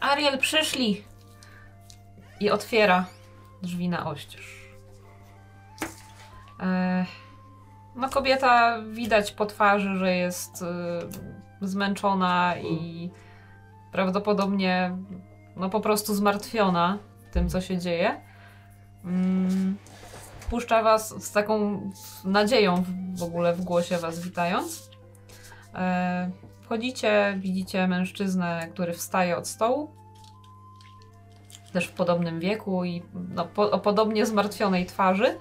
Ariel, przyszli! I otwiera drzwi na oścież. No kobieta widać po twarzy, że jest zmęczona i prawdopodobnie no po prostu zmartwiona tym, co się dzieje. Puszcza was z taką nadzieją w ogóle w głosie was witając. Wchodzicie, widzicie mężczyznę, który wstaje od stołu. Też w podobnym wieku i no, o podobnie zmartwionej twarzy.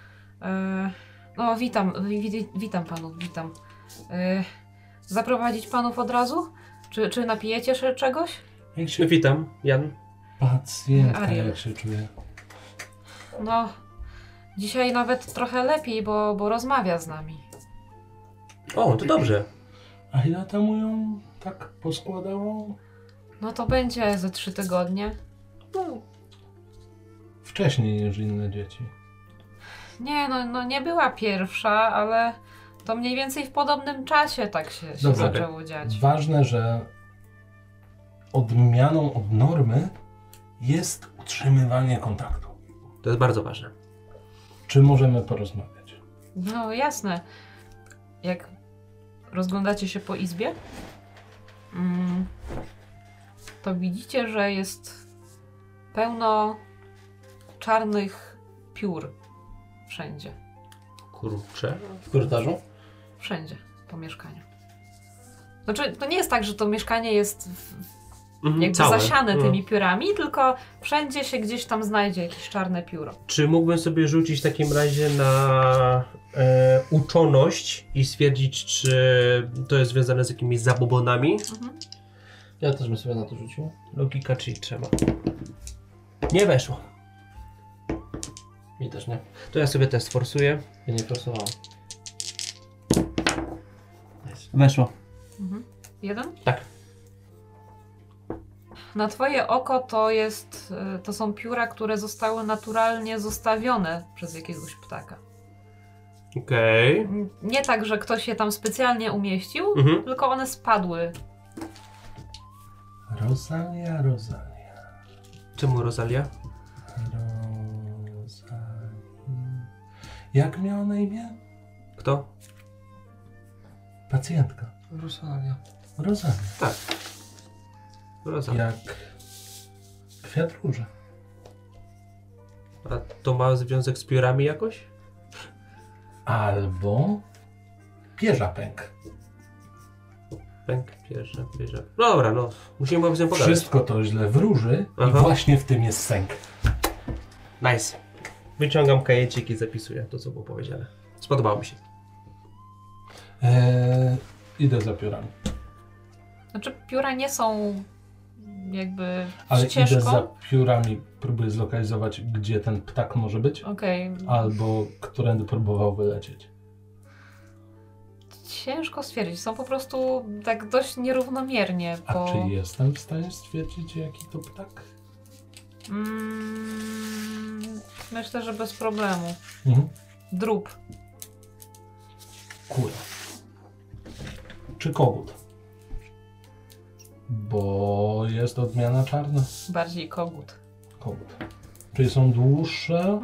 No witam panów, witam. Zaprowadzić panów od razu? Czy napijecie się czegoś? Witam, Jan. Pacjentka, jak się czuje? No, dzisiaj nawet trochę lepiej, bo rozmawia z nami. O, to dobrze. A ile temu ją tak poskładało? No to będzie ze 3 tygodnie. No, wcześniej niż inne dzieci. Nie, no nie była pierwsza, ale to mniej więcej w podobnym czasie tak się Dobra, zaczęło dziać. Ważne, że odmianą od normy jest utrzymywanie kontaktu. To jest bardzo ważne. Czy możemy porozmawiać? No jasne. Jak rozglądacie się po izbie, to widzicie, że jest pełno czarnych piór wszędzie. Kurczę. W korytarzu? Wszędzie po mieszkaniu. Znaczy, to nie jest tak, że to mieszkanie jest jakby Całe. zasiane tymi piórami, tylko wszędzie się gdzieś tam znajdzie jakieś czarne pióro. Czy mógłbym sobie rzucić w takim razie na uczoność i stwierdzić, czy to jest związane z jakimiś zabobonami? Ja też bym sobie na to rzucił. Logika, czyli trzeba. Nie weszło. Mi też nie. To ja sobie też sforsuję. Ja nie forsowałem. Weszło. 1? Tak. Na twoje oko to są pióra, które zostały naturalnie zostawione przez jakiegoś ptaka. Okej. Nie tak, że ktoś je tam specjalnie umieścił, tylko one spadły. Rosalia. Czemu Rosalia? Jak miała na imię? Kto? Pacjentka. Rosalia. Rosalia. Tak. Rosalia. Jak kwiat róży. A to ma związek z piórami jakoś? Albo pierza pęk. Pęk, pierze. No dobra, no. Musimy z nią pogadać. Wszystko to źle wróży i Aha. właśnie w tym jest sęk. Nice. Wyciągam kajecik i zapisuję to, co było powiedziane. Spodobało mi się. Idę za piórami. Znaczy, pióra nie są jakby Ale ścieżką. idę za piórami, próbuję zlokalizować, gdzie ten ptak może być. Okej. Albo którędy próbował wylecieć. Ciężko stwierdzić. Są po prostu tak dość nierównomiernie. A czy jestem w stanie stwierdzić, jaki to ptak? Myślę, że bez problemu. Drób. Kura. Czy kogut? Bo jest odmiana czarna. Bardziej kogut. Kogut. Czyli są dłuższe?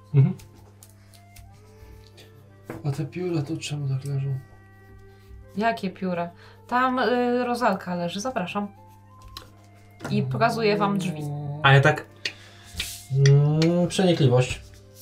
A te pióra to czemu tak leżą? Jakie pióra? Tam Rozalka leży, zapraszam. I pokazuję wam drzwi. A ja tak... Przenikliwość.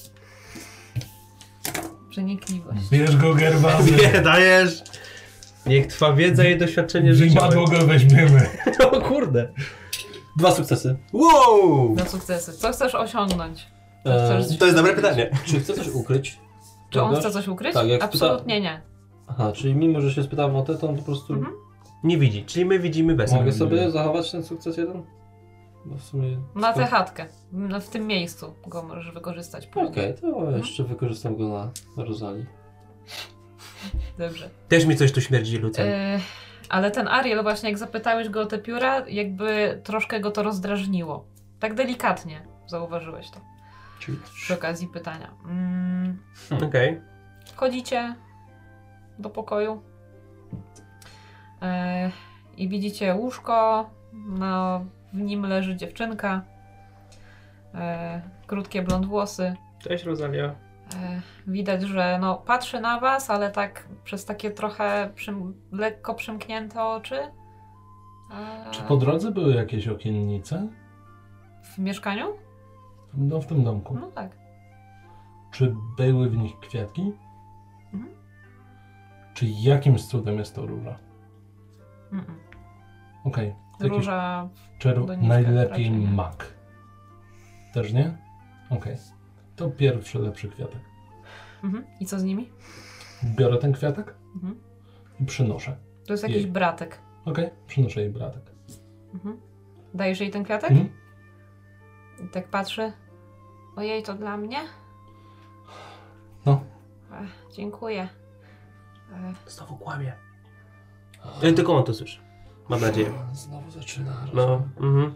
Przenikliwość. Bierz go, Gerwazy. Nie dajesz! Niech trwa wiedza i doświadczenie życiowe. Wimadło go weźmiemy. O kurde! 2 sukcesy. Wow! Na sukcesy. Co chcesz osiągnąć? Chcesz... To jest dobre pytanie. Czy chcę coś ukryć? Czy on Czegoś? chce coś ukryć? Tak, jak Absolutnie nie. Aha, czyli mimo, że się spytałem o to on po prostu... Nie widzi, czyli my widzimy bez. Mogę sobie zachować ten sukces jeden? No w sumie... Na tę chatkę. W tym miejscu go możesz wykorzystać później. Okej, to jeszcze wykorzystam go na Rosalii. Dobrze. Też mi coś tu śmierdzi, Lucjan. Ale ten Ariel właśnie, jak zapytałeś go o te pióra, jakby troszkę go to rozdrażniło. Tak delikatnie zauważyłeś to. Czyli Przy okazji pytania. Okej. Wchodzicie do pokoju i widzicie łóżko, No, w nim leży dziewczynka. Krótkie blond włosy. Cześć, Rosalia. Widać, że no, patrzy na was, ale tak przez takie trochę lekko przymknięte oczy. Czy po drodze były jakieś okiennice? W mieszkaniu? No, w tym domku. No tak. Czy były w nich kwiatki? Mhm. Czy jakimś cudem jest to róża? Mm-mm. Okej. To jakiś Róża doniczka najlepiej raczej nie. mak. Też nie? Okej. To pierwszy lepszy kwiatek. I co z nimi? Biorę ten kwiatek Mhm. i przynoszę. To jest jakiś Jej. bratek. Okej, przynoszę jej bratek. Dajesz jej ten kwiatek? Mhm. I tak patrzy. Ojej, to dla mnie? No. Dziękuję. Znowu kłamie. Tylko on to słyszy. Mam nadzieję. Znowu zaczyna. No. Mhm.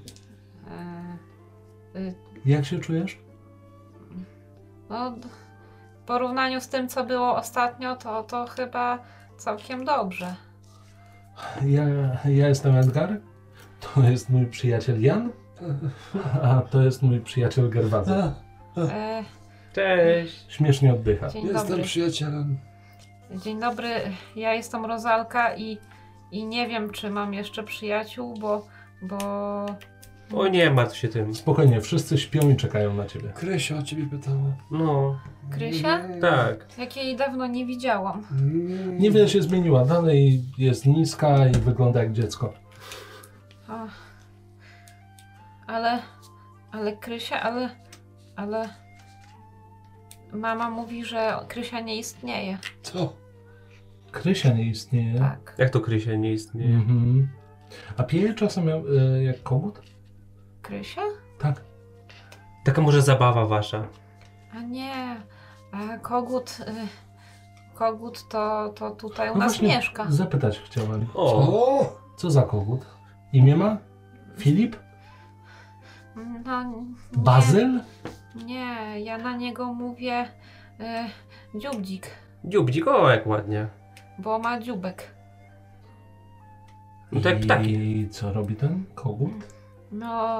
Jak się czujesz? No, w porównaniu z tym, co było ostatnio, to chyba całkiem dobrze. Ja jestem Edgar. To jest mój przyjaciel Jan. A to jest mój przyjaciel Gerwazy. E, Cześć. Śmiesznie oddycha. dzień Jestem dobry. przyjacielem. Dzień dobry, ja jestem Rozalka i nie wiem, czy mam jeszcze przyjaciół, bo... O, nie martw się tym. Spokojnie, wszyscy śpią i czekają na ciebie. Krysia o ciebie pytała. No, Krysia? tak. Jak jej dawno nie widziałam. Niewiele się zmieniła. Dalej jest niska i wygląda jak dziecko. O. Ale Krysia, ale... Mama mówi, że Krysia nie istnieje. Co? Krysia nie istnieje. Tak. Jak to Krysia nie istnieje? Mhm. A pije czasem jak kogut? Krysia? Tak. Taka może zabawa wasza. A nie. Kogut to tutaj u No nas właśnie, mieszka. Zapytać chciałem. O, Co za kogut? Imię ma? Filip? No, nie, Bazyl? nie, ja na niego mówię dziubdzik, dziubdzik, o jak ładnie. bo ma dziubek. No to jak ptaki. I co robi ten kogut? No,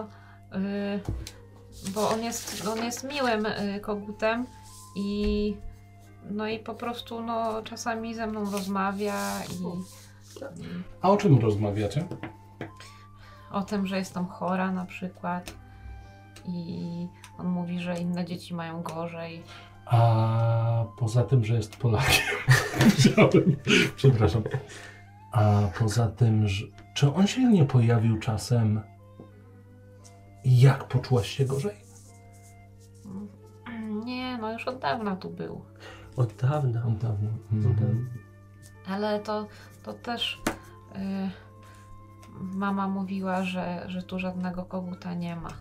bo on jest miłym kogutem i no i po prostu no czasami ze mną rozmawia i A o czym rozmawiacie? o tym, że jestem chora na przykład i on mówi, że inne dzieci mają gorzej. A poza tym, że jest Polakiem. Przepraszam. A poza tym, że... Czy on się nie pojawił czasem? Jak poczułaś się gorzej? Nie, no już od dawna tu był. Od dawna. Od dawna. Ale to też mama mówiła, że tu żadnego koguta nie ma.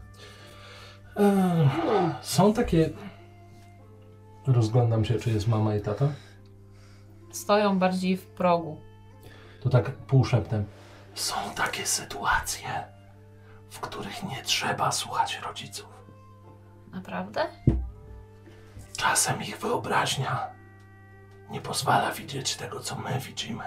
Są takie... Rozglądam się, czy jest mama i tata. Stoją bardziej w progu. To tak półszeptem. Są takie sytuacje, w których nie trzeba słuchać rodziców. Naprawdę? Czasem ich wyobraźnia nie pozwala widzieć tego, co my widzimy.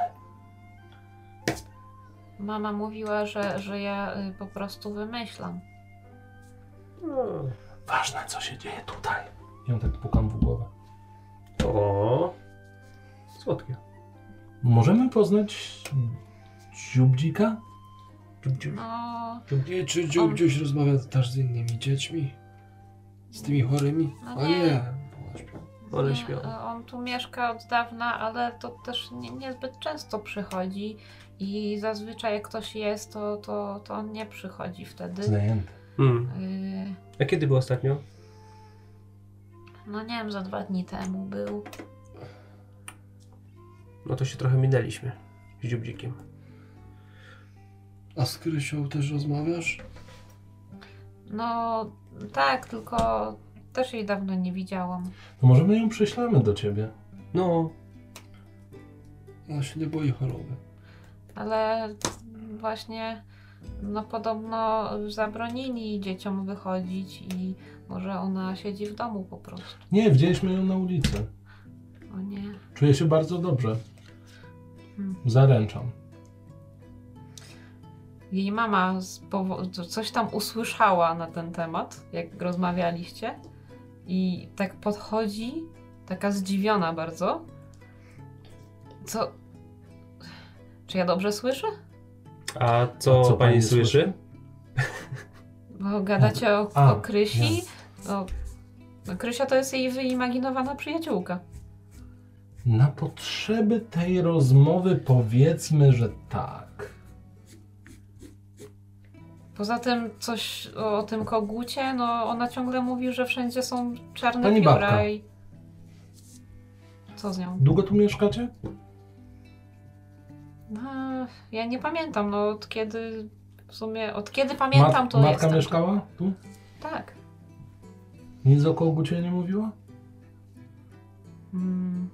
Mama mówiła, że ja po prostu wymyślam. No. Ważne, co się dzieje tutaj. Ja tak pukam w głowę. O, słodkie. Możemy poznać dziubdzika? No, Nie, czy dziubdziuś rozmawia też z innymi dziećmi? Z tymi chorymi? No A nie. nie. One nie, śpią. on tu mieszka od dawna, ale to też niezbyt często przychodzi i zazwyczaj jak ktoś jest, to on nie przychodzi wtedy. Zajęty. A kiedy był ostatnio? No nie wiem, za 2 dni temu był. No to się trochę minęliśmy z dziubdzikiem. A z Krysią też rozmawiasz? No tak, tylko też jej dawno nie widziałam. No może my ją prześlemy do ciebie. No, Ona się nie boi choroby. Ale właśnie no podobno zabronili dzieciom wychodzić i może ona siedzi w domu po prostu. Nie, widzieliśmy ją na ulicy. O nie. Czuję się bardzo dobrze. Hmm. Zaręczam. jej mama coś tam usłyszała na ten temat, jak rozmawialiście. I tak podchodzi, taka zdziwiona bardzo. Co? Czy ja dobrze słyszę? A co pani słyszy? Bo gadacie o Krysi. nie. No, Krysia to jest jej wyimaginowana przyjaciółka. Na potrzeby tej rozmowy powiedzmy, że tak. Poza tym coś o tym kogucie, no ona ciągle mówi, że wszędzie są czarne Pani pióra babka. i... Co z nią? Długo tu mieszkacie? No, ja nie pamiętam, no od kiedy... W sumie od kiedy pamiętam, to Matka jestem. mieszkała tu? Tak. Nic o kogucie nie mówiła? Mm,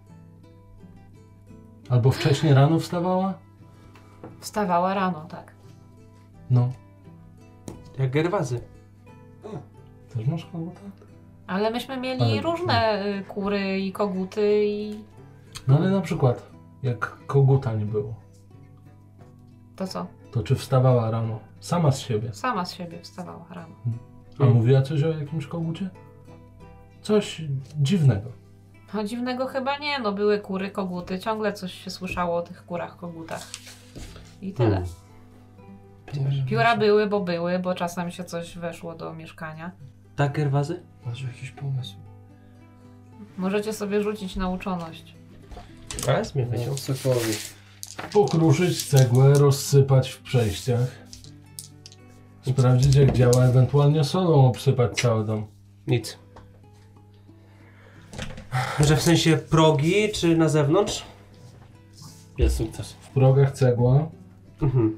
Albo wcześniej rano wstawała? wstawała rano, tak. No. Jak Gerwazy. Też masz koguta? Ale myśmy mieli Ale- różne kury i koguty i... No ale na przykład, jak koguta nie było, To co? to czy wstawała rano? Sama z siebie. Sama z siebie wstawała rano. A mówiła coś o jakimś kogucie? Coś dziwnego. No dziwnego chyba nie, no były kury, koguty, ciągle coś się słyszało o tych kurach, kogutach. I tyle. Pióra były, bo czasem się coś weszło do mieszkania. Tak, Gerwazy? Masz jakiś pomysł? Możecie sobie rzucić na uczoność. A, zmienię się. No, cokolwiek. Pokruszyć cegłę, rozsypać w przejściach. Sprawdzić jak działa, ewentualnie solą obsypać cały dom. Nic. Że w sensie progi, czy na zewnątrz? Jest sukces. W progach cegła. Mhm.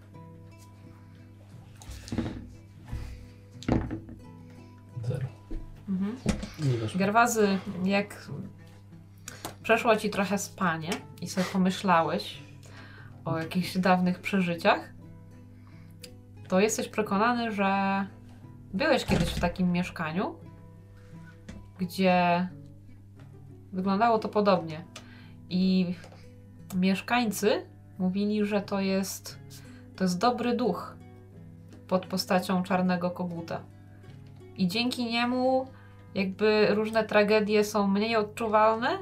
Zero. Mhm. Nie wiesz. Gerwazy, jak przeszło ci trochę spanie i sobie pomyślałeś o jakichś dawnych przeżyciach, to jesteś przekonany, że byłeś kiedyś w takim mieszkaniu, gdzie wyglądało to podobnie. I mieszkańcy mówili, że to jest dobry duch pod postacią czarnego koguta. I dzięki niemu jakby różne tragedie są mniej odczuwalne,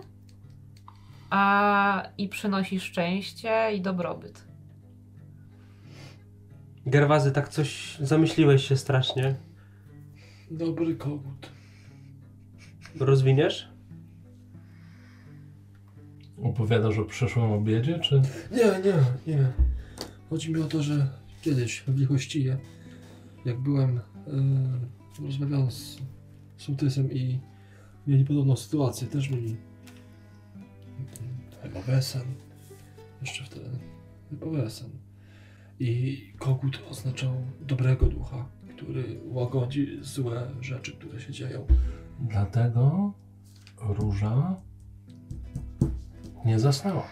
i przynosi szczęście i dobrobyt. Gerwazy, tak coś zamyśliłeś się strasznie. Dobry kogut. Rozwiniesz? Opowiadasz o przyszłym obiedzie, czy... Nie. Chodzi mi o to, że kiedyś w Lichościje, jak byłem, rozmawiałem z sołtysem i mieli podobną sytuację. Też mieli chyba wesen. Jeszcze wtedy chyba wesen. I kogut oznaczał dobrego ducha, który łagodzi złe rzeczy, które się dzieją. Dlatego Róża nie zasnęła.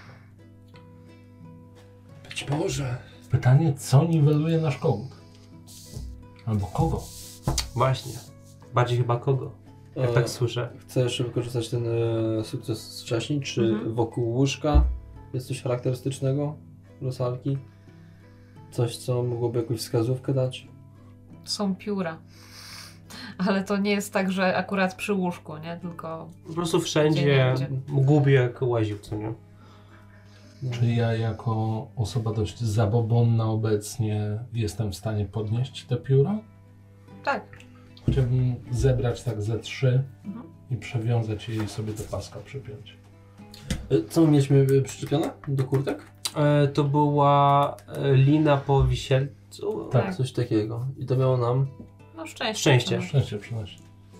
Być może. Pytanie, co niweluje nasz kogut? Albo kogo? Właśnie. Bardziej chyba kogo? Jak tak słyszę. Chcę jeszcze wykorzystać ten sukces z wcześniej. Czy Mhm. wokół łóżka jest coś charakterystycznego? Rosalki? Coś, co mogłoby jakąś wskazówkę dać? Są pióra. Ale to nie jest tak, że akurat przy łóżku, nie? Tylko Po prostu wszędzie Gdzie gubi jak łaził, co nie? Czy ja jako osoba dość zabobonna obecnie jestem w stanie podnieść te pióra? tak. Chciałbym zebrać tak ze 3 Mhm. i przewiązać je i sobie do paska przypiąć. Co mieliśmy przyczepione do kurtek? To była lina po wisielcu. Tak. Coś takiego. I to miało nam... No szczęście. Szczęście. No. Szczęście przynosi.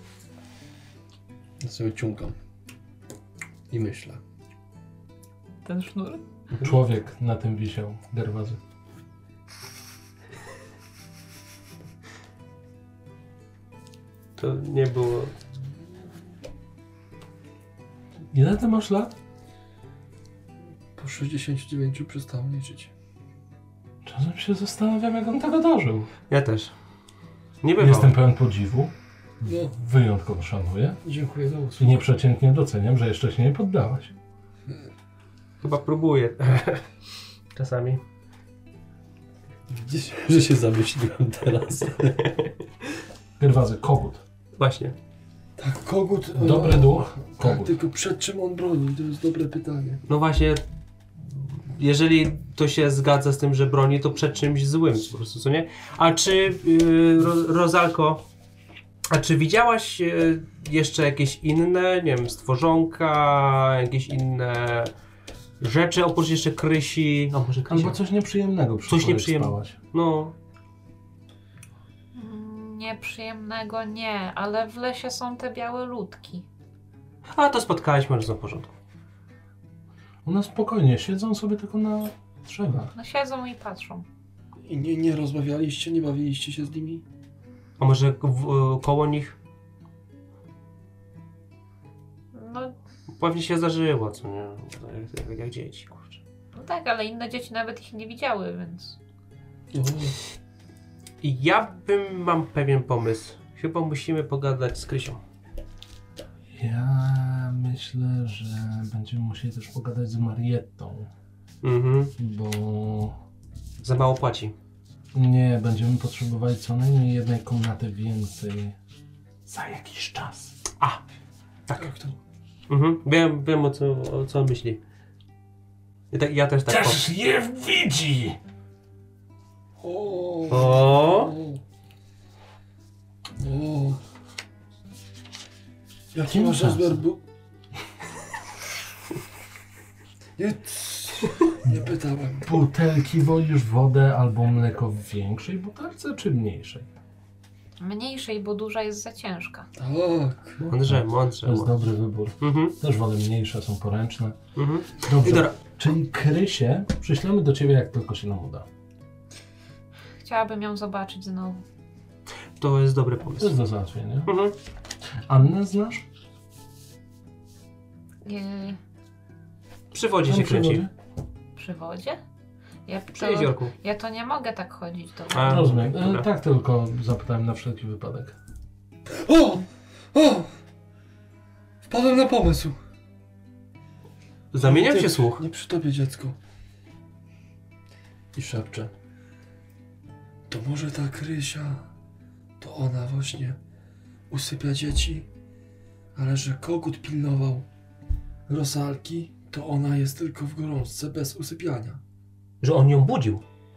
Ja sobie ciumkam. I myślę. Ten sznur. Człowiek na tym wisiał, Gerwazy. To nie było... Ile ty masz lat? Po 69 przestałem liczyć. Czasem się zastanawiam, jak on tego dożył. Ja też. Nie bywało. Jestem pełen podziwu. No, Wyjątkowo szanuję. dziękuję za I usługę. nieprzeciętnie doceniam, że jeszcze się nie poddałeś. Chyba próbuję. Czasami. Widzisz, że się zamyśliłem teraz. Gerwazy, kogut. Właśnie. Tak, kogut... Dobry duch, Tak, kogut. tylko przed czym on broni? To jest dobre pytanie. No właśnie, jeżeli to się zgadza z tym, że broni, to przed czymś złym po prostu, co nie? A czy, Rozalko, a czy widziałaś jeszcze jakieś inne, nie wiem, stworzonka, jakieś inne rzeczy, oprócz jeszcze Krysi? No może Krysi. Albo coś nieprzyjemnego przy Coś której nieprzyjemnego. spałaś. No, Nieprzyjemnego nie, ale w lesie są te białe ludki. a to spotkaliśmy, że są w porządku. One spokojnie siedzą sobie tylko na drzewach. No siedzą i patrzą. I nie rozmawialiście, nie bawiliście się z nimi? A może koło nich? No, Pewnie się zdarzyło, co nie? Jak dzieci, kurczę. no tak, ale inne dzieci nawet ich nie widziały, więc... O, I mam pewien pomysł. Chyba musimy pogadać z Krysią. Ja myślę, że będziemy musieli też pogadać z Mariettą, Mhm. bo Za mało płaci. nie, będziemy potrzebowali co najmniej jednej komnaty więcej za jakiś czas. A, tak. jak to? Mhm. Wiem o co on myśli. Ja też tak je widzi! O. O. O. Jaki Kim masz czasem? rozmiar nie pytałem. Butelki wolisz wodę albo mleko w większej butelce czy mniejszej? Mniejszej, bo duża jest za ciężka. Tak. Mądrze. To jest dobry wybór. Mhm. Też wolę mniejsze, są poręczne. Mhm. I Dobrze, dobra. czyli Krysię przyślemy do ciebie jak tylko się nam uda. Chciałabym ją zobaczyć znowu. To jest dobry To pomysł. jest do załatwienia. Mhm. Annę znasz? Przywodzi Tam się przy kręci. wodzie? Przy wodzie? Przy jeziorku. Ja to nie mogę tak chodzić do A, wody. Rozumiem. dobra. Tak tylko zapytałem na wszelki wypadek. O! O! Wpadłem na pomysł. Zamieniam Ty, się słuch. Nie przy tobie, dziecko. I szepczę. To może ta Krysia, to ona właśnie usypia dzieci, ale że kogut pilnował Rosalki, to ona jest tylko w gorączce bez usypiania. Że on ją budził.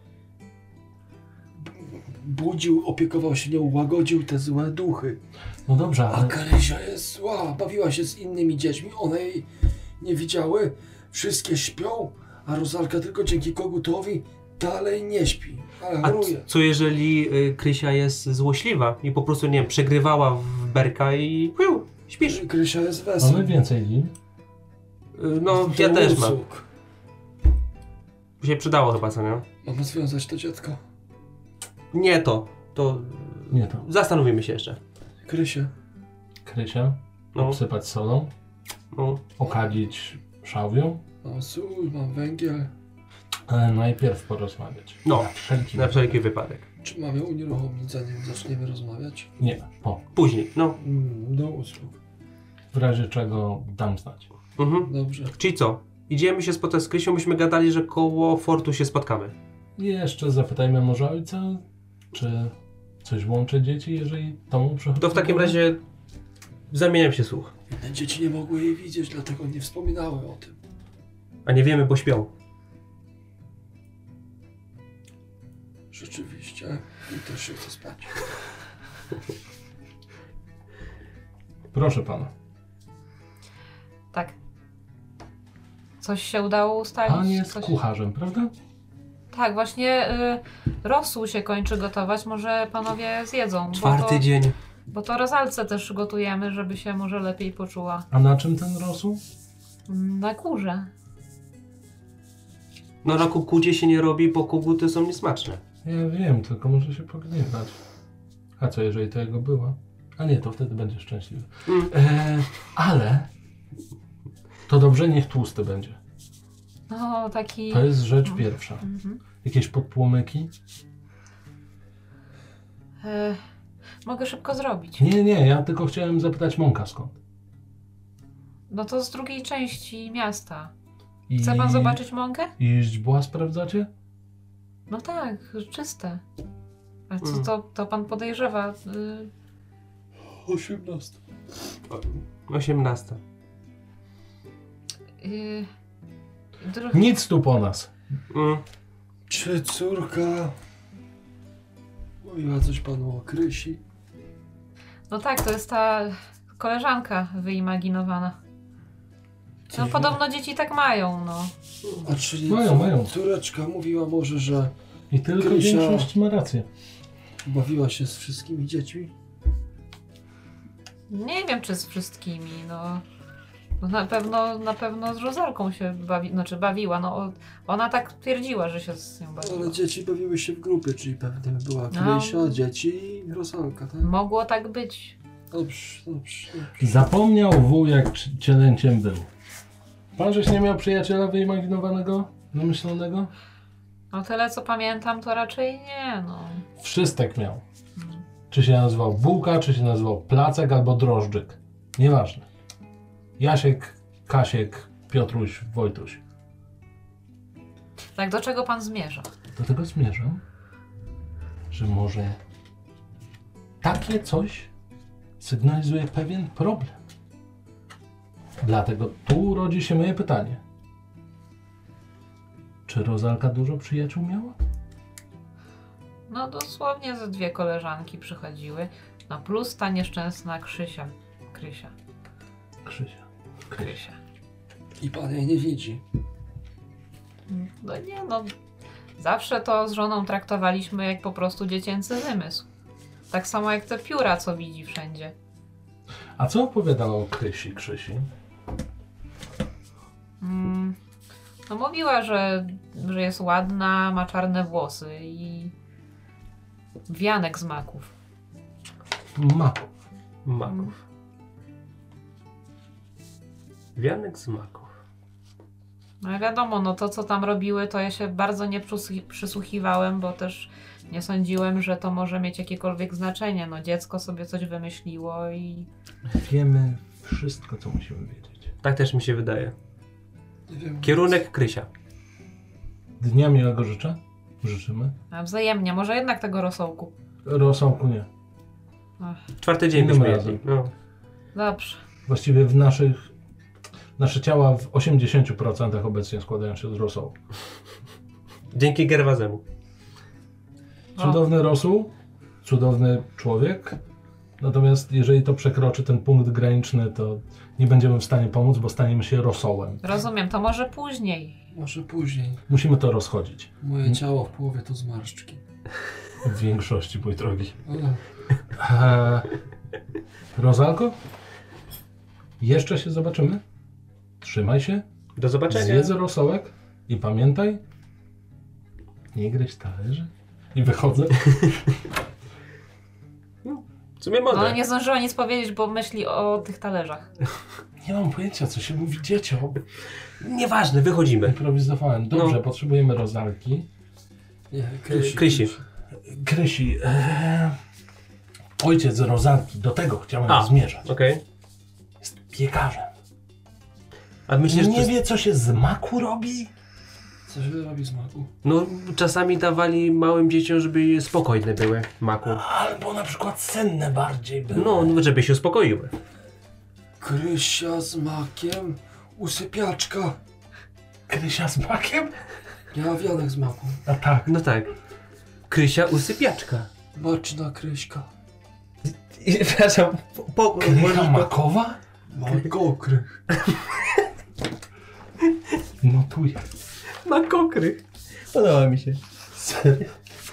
Budził, opiekował się nią, łagodził te złe duchy. No dobrze, A ale Krysia jest zła, bawiła się z innymi dziećmi, one jej nie widziały, wszystkie śpią, a Rosalka tylko dzięki kogutowi dalej nie śpi, ale A choruje. co jeżeli Krysia jest złośliwa i po prostu, nie wiem, przegrywała w berka i śpisz? Krysia jest wesoła. mamy więcej lin. No, ja Do też mam. usług. By się przydało chyba, co nie? Mamy związać to dziecko. Nie to. To Nie to. zastanowimy się jeszcze. Krysie. Krysia, No, obsypać solą, no. okadzić szałwią, Mam sól, mam węgiel. ale najpierw porozmawiać. No, Na wszelki na wszelki wypadek. Czy mam ją unieruchomić, zanim zaczniemy rozmawiać? Nie, po. Później, no. Do usług. W razie czego dam znać. Mhm. Dobrze. Czyli co? Idziemy się spotkać z Krysią, myśmy gadali, że koło fortu się spotkamy. I jeszcze zapytajmy może ojca, czy coś łączy dzieci, jeżeli to mu przychodzi. To w takim razie zamieniam się słuch. Inne dzieci nie mogły jej widzieć, dlatego nie wspominały o tym. A nie wiemy, bo śpią. Rzeczywiście. I też się chce spać. Proszę pana. Tak. Coś się udało ustalić? Pan jest Coś... kucharzem, prawda? Tak, właśnie rosół się kończy gotować, może panowie zjedzą. Czwarty dzień. Bo to Rosalce też gotujemy, żeby się może lepiej poczuła. A na czym ten rosół? Na kurze. No na kukucie się nie robi, bo koguty są niesmaczne. Ja wiem, tylko może się pogniewać. A co jeżeli to jego była? A nie, to wtedy będzie szczęśliwy. Ale to dobrze, niech tłusty będzie. No, taki... To jest rzecz pierwsza. Mhm. Jakieś podpłomyki? Mogę szybko zrobić. Nie, ja tylko chciałem zapytać mąka skąd. No to z drugiej części miasta. I Chce pan zobaczyć mąkę? I źdźbła sprawdzacie? No tak, czyste. Ale co Mm. to pan podejrzewa? 18. 18. Nic tu po nas. Mm. Czy córka mówiła coś panu o Krysi? No tak, to jest ta koleżanka wyimaginowana. No podobno dzieci tak mają, no. A czyli Mają. córeczka mówiła może, że I tylko Krysia- większość ma rację. bawiła się z wszystkimi dziećmi? Nie wiem, czy z wszystkimi, no. No na pewno z Rozalką się bawiła, no. Ona tak twierdziła, że się z nią bawiła. Ale dzieci bawiły się w grupie, czyli pewnie była Krysia, dzieci i Rosalka, tak? Mogło tak być. Dobrze. Zapomniał wuj, jak cielęciem był. Pan żeś nie miał przyjaciela wyimaginowanego, wymyślonego? No tyle co pamiętam, to raczej nie, no. Wszystek miał. Czy się nazywał Bułka, czy się nazywał Placek albo Drożdżyk. Nieważne. Jasiek, Kasiek, Piotruś, Wojtuś. Tak, do czego pan zmierza? Do tego zmierzam, że może takie coś sygnalizuje pewien problem. Dlatego tu rodzi się moje pytanie. Czy Rozalka dużo przyjaciół miała? No dosłownie ze 2 koleżanki przychodziły. No plus ta nieszczęsna Krysia. Krysia. I pan jej nie widzi. No nie, no. Zawsze to z żoną traktowaliśmy jak po prostu dziecięcy wymysł. Tak samo jak te pióra, co widzi wszędzie. A co opowiadała o Krysi? No mówiła, że jest ładna, ma czarne włosy i wianek z maków. Maków. Wianek z maków. No wiadomo, no to co tam robiły, to ja się bardzo nie przysłuchiwałem, bo też nie sądziłem, że to może mieć jakiekolwiek znaczenie. No dziecko sobie coś wymyśliło i... Wiemy wszystko, co musimy wiedzieć. Tak też mi się wydaje. Nie wiem. Kierunek Krysia. Dnia miłego życzę. Życzymy. A wzajemnie, może jednak tego rosołku. Rosołku nie. 4. dzień Innym byśmy razem. jedli. No. Dobrze. Właściwie nasze ciała w 80% obecnie składają się z rosołu. Dzięki Gerwazemu. Cudowny rosół, cudowny człowiek. Natomiast jeżeli to przekroczy ten punkt graniczny, to nie będziemy w stanie pomóc, bo staniemy się rosołem. Rozumiem, to może później. Może później. Musimy to rozchodzić. Moje ciało w połowie to zmarszczki. W większości, mój drogi. Ale Rozalko? Jeszcze się zobaczymy. Trzymaj się. Do zobaczenia. Zjedz rosołek i pamiętaj, nie gryź talerzy. I wychodzę. W sumie mogę. No nie zdążyła nic powiedzieć, bo myśli o tych talerzach. Nie mam pojęcia, co się mówi dzieciom. Nieważne, wychodzimy. Improwizowałem. Dobrze, No. potrzebujemy Rozalki. nie, Krysi. Krysi, ojciec Rozalki, do tego chciałem zmierzać. Okej. Jest piekarzem. A myślisz, Nie że... wie, co się z maku robi? Co się robi z maku? No, czasami dawali małym dzieciom, żeby spokojne były maku. Albo na przykład senne bardziej były. No, żeby się uspokoiły. Krysia z makiem, usypiaczka. Krysia z makiem? Ja wianek z maku. A tak. No tak. Krysia usypiaczka. Baczna Kryśka. Przepraszam, Krycha makowa? Makokrych. No tu jest. Makokrych. Podoba mi się. Serio?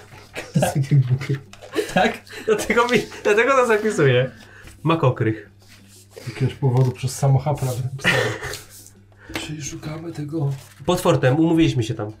Tak? Dlatego to zapisuję. Makokrych. Z jakiegoś powodu przez samochód prawie napisałem. Czyli szukamy tego... Pod fortem, umówiliśmy się tam.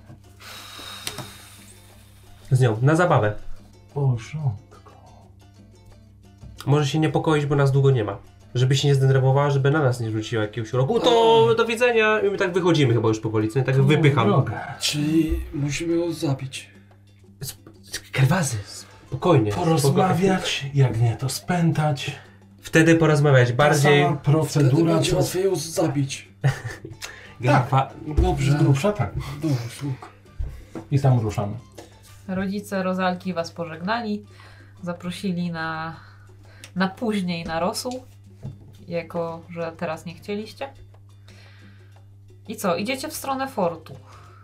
Z nią, na zabawę. Porządko. Może się niepokoić, bo nas długo nie ma. Żeby się nie zdenerwowała, żeby na nas nie rzuciła jakiegoś uroku. To do widzenia. I my tak wychodzimy chyba już powoli, co nie? Tak wypycham. Drogę. Czyli musimy ją zabić. Kerwazy, spokojnie. Porozmawiać, jak nie to spętać. Wtedy porozmawiać bardziej. Ta sama Wtedy procedura, będzie co... łatwiej ją zabić. Tak. Dobrze. Z grubsza tak. Dobrze. I tam ruszamy. rodzice Rozalki was pożegnali, zaprosili na później na rosół, jako że teraz nie chcieliście. I co? Idziecie w stronę fortu,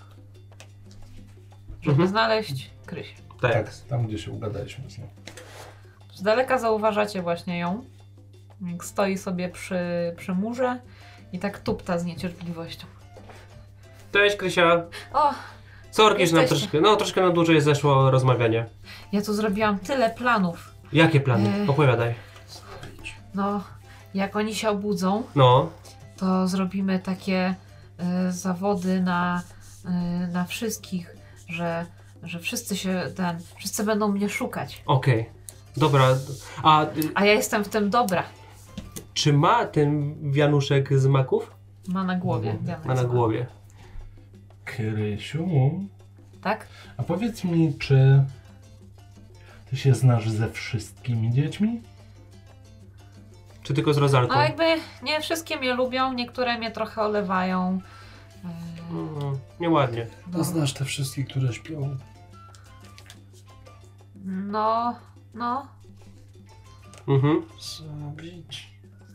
żeby znaleźć Krysię. Tak. Tam gdzie się ugadaliśmy z nią. Z daleka zauważacie właśnie ją, jak stoi sobie przy murze i tak tupta z niecierpliwością. Cześć, Krysia. O, Sorki, że nam Jesteście. troszkę na dłużej zeszło rozmawianie. ja tu zrobiłam tyle planów. Jakie plany? Opowiadaj. No, jak oni się obudzą, No. to zrobimy takie zawody na wszystkich, że wszyscy będą mnie szukać. Okej. Dobra. A A ja jestem w tym dobra. czy ma ten wianuszek z maków? Ma na głowie. Ma na głowie. Krysiu, Tak? a powiedz mi, czy ty się znasz ze wszystkimi dziećmi? Czy tylko z Rozalką? No jakby nie wszystkie mnie lubią, niektóre mnie trochę olewają. Nieładnie. A znasz te wszystkie, które śpią? No. Mhm. Zabić.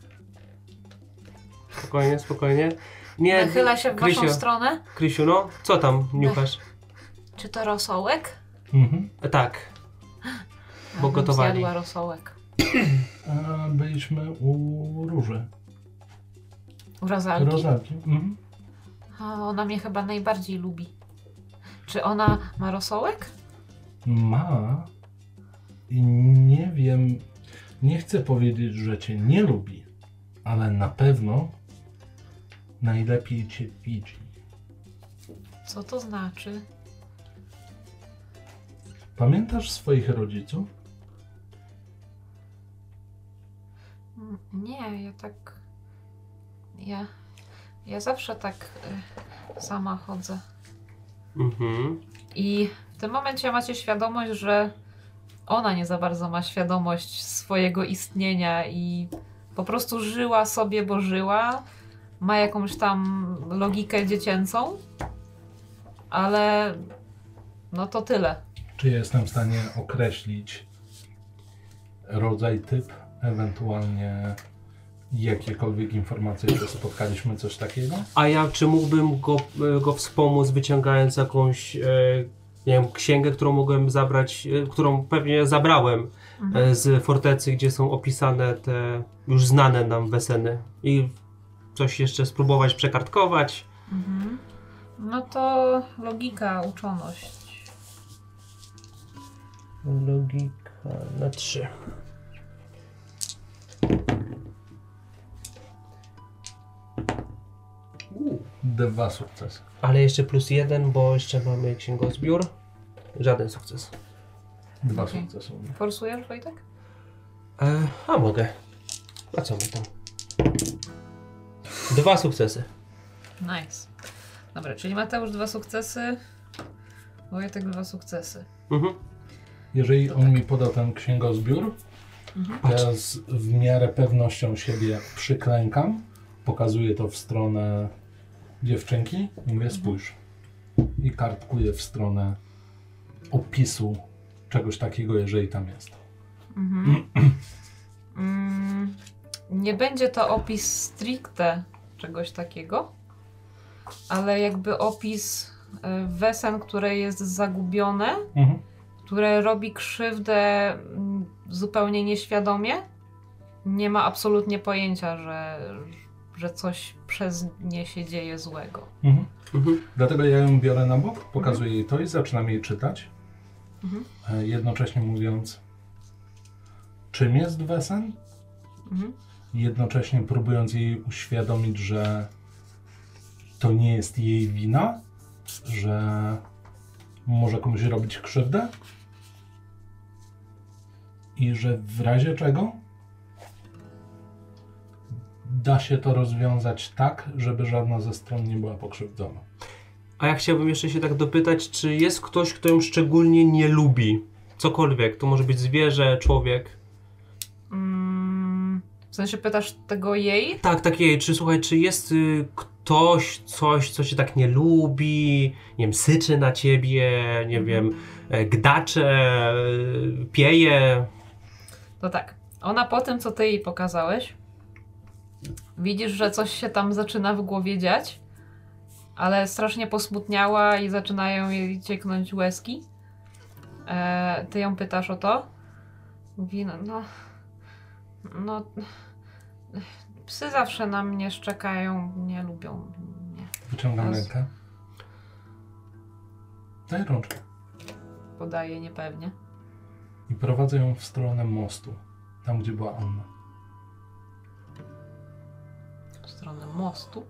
Spokojnie. Nie, Nachyla się w waszą Krysiu, stronę. Krysiu, no, co tam niuchasz? Czy to rosołek? Mhm. Tak. Ja Bo bym gotowali. zjadła rosołek. A byliśmy u Róży. U Rozalki? Rozalki. Mhm. A ona mnie chyba najbardziej lubi. Czy ona ma rosołek? Ma. I nie wiem, nie chcę powiedzieć, że cię nie lubi, ale na pewno najlepiej cię widzi. Co to znaczy? Pamiętasz swoich rodziców? Nie, ja tak... Ja zawsze tak sama chodzę. Mhm. I w tym momencie macie świadomość, że ona nie za bardzo ma świadomość swojego istnienia i po prostu żyła sobie, bo żyła. Ma jakąś tam logikę dziecięcą, ale no to tyle. Czy jestem w stanie określić rodzaj, typ, ewentualnie jakiekolwiek informacje, że spotkaliśmy coś takiego? A ja czy mógłbym go wspomóc, wyciągając jakąś nie wiem, księgę, którą mogłem zabrać, którą pewnie zabrałem z fortecy, gdzie są opisane te już znane nam weseny i coś jeszcze spróbować przekartkować. Mhm. No to logika, uczoność. Logika na 3. Dwa sukcesy. Ale jeszcze +1, bo jeszcze mamy księgozbiór. Żaden sukces. Dwa Okej. sukcesy. Forsujesz, Wojtek? A mogę. A co my tam? 2 sukcesy. Nice. Dobra, czyli Mateusz 2 sukcesy, Wojtek 2 sukcesy. Mhm. Jeżeli To on tak. mi podał ten księgozbiór, ja w miarę pewnością siebie przyklękam, pokazuję to w stronę dziewczynki i mówię spójrz. I kartkuję w stronę opisu czegoś takiego, jeżeli tam jest. Nie będzie to opis stricte czegoś takiego, ale jakby opis wesen, które jest zagubione, Mhm. które robi krzywdę zupełnie nieświadomie. Nie ma absolutnie pojęcia, że coś przez nie się dzieje złego. Mhm. Mhm. Dlatego ja ją biorę na bok, pokazuję jej to i zaczynam jej czytać. Mhm. Jednocześnie mówiąc, czym jest wesen, Mhm. jednocześnie próbując jej uświadomić, że to nie jest jej wina, że może komuś robić krzywdę i że w razie czego da się to rozwiązać tak, żeby żadna ze stron nie była pokrzywdzona. A ja chciałbym jeszcze się tak dopytać, czy jest ktoś, kto ją szczególnie nie lubi? Cokolwiek. To może być zwierzę, człowiek. W sensie pytasz tego jej? Tak, jej. Czy słuchaj, czy jest ktoś, coś, co cię tak nie lubi? Nie wiem, syczy na ciebie, nie wiem, gdacze, pieje. To tak, ona po tym, co ty jej pokazałeś, widzisz, że coś się tam zaczyna w głowie dziać, ale strasznie posmutniała i zaczynają jej cieknąć łezki. Ty ją pytasz o to? Mówi, no, psy zawsze na mnie szczekają, nie lubią mnie. Wyciągam rękę. Daj rączkę. Podaje niepewnie. I prowadzę ją w stronę mostu. Tam, gdzie była Anna. W stronę mostu.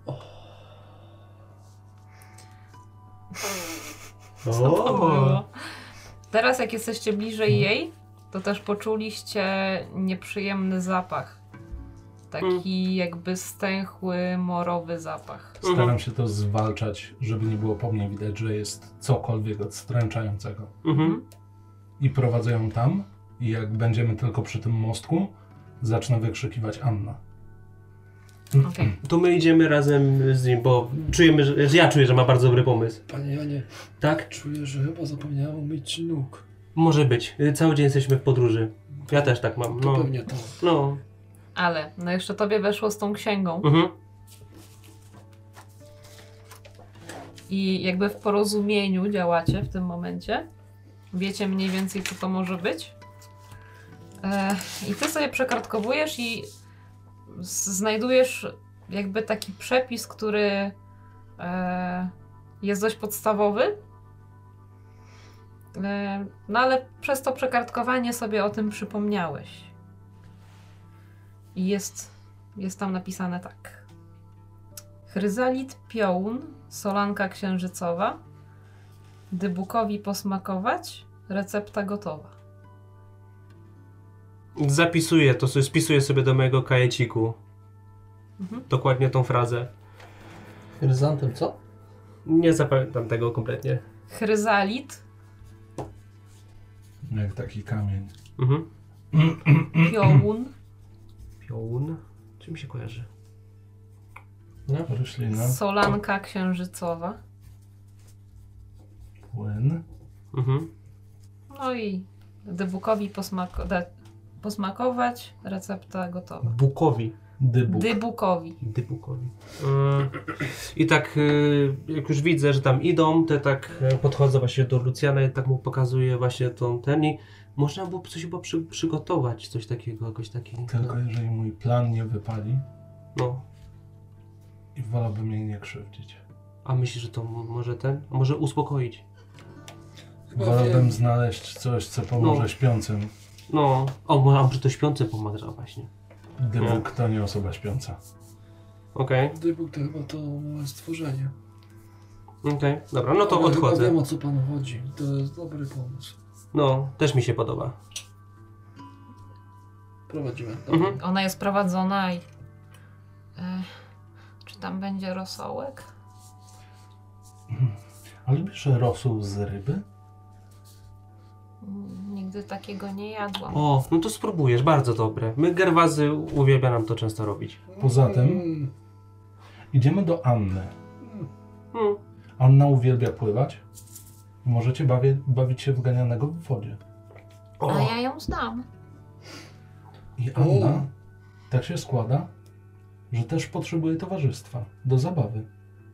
Co to było? Teraz jak jesteście bliżej jej, to też poczuliście nieprzyjemny zapach. Taki jakby stęchły, morowy zapach. Staram się to zwalczać, żeby nie było po mnie widać, że jest cokolwiek odstręczającego. I prowadzę ją tam i jak będziemy tylko przy tym mostku, zacznę wykrzykiwać Anna. Okay. To my idziemy razem z nim, bo czujemy, że ja czuję, że ma bardzo dobry pomysł. Panie Janie, Tak? czuję, że chyba zapomniałem umyć nóg. Może być. Cały dzień jesteśmy w podróży. Ja też tak mam. To No. pewnie to. No. Ale, no jeszcze tobie weszło z tą księgą. I jakby w porozumieniu działacie w tym momencie. Wiecie mniej więcej, co to może być. I ty sobie przekartkowujesz i znajdujesz jakby taki przepis, który jest dość podstawowy. No ale przez to przekartkowanie sobie o tym przypomniałeś. I jest tam napisane tak. Chryzalit piołun, solanka księżycowa, dybukowi posmakować, recepta gotowa. Zapisuję to, spisuję sobie do mojego kajeciku. Dokładnie tą frazę. Chryzantem co? Nie zapamiętam tego kompletnie. Chryzalit, Jak taki kamień. piołun, Piołun? Czym się kojarzy? Roślina, solanka księżycowa. płyn. No i dybukowi posmakować, recepta gotowa. Bukowi. Dybuk. Dybukowi. I tak jak już widzę, że tam idą, to tak podchodzę właśnie do Lucjana i tak mu pokazuję właśnie ten i można było coś chyba przygotować, coś takiego, jakoś takiego. Tylko jeżeli mój plan nie wypali No. i wolałbym jej nie krzywdzić. A myślisz, że to może uspokoić? Chyba Wolałbym wiem. znaleźć coś, co pomoże No. śpiącym. No. O, może to śpiący pomaga właśnie. Dybuk to nie osoba śpiąca. Okej. Dybuk to chyba to małe stworzenie. Okej. Dobra, no to Ale chyba odchodzę. wiem, o co panu chodzi. To jest dobry pomysł. No, też mi się podoba. Prowadzimy. Ona jest prowadzona i... czy tam będzie rosołek? A lubisz rosół z ryby? Nigdy takiego nie jadłam. O, no to spróbujesz, bardzo dobre. My gerwazy uwielbia nam to często robić. Poza tym idziemy do Anny. Mm. Anna uwielbia pływać i możecie bawić się w ganianego w wodzie. A ja ją znam. I Anna tak się składa, że też potrzebuje towarzystwa do zabawy.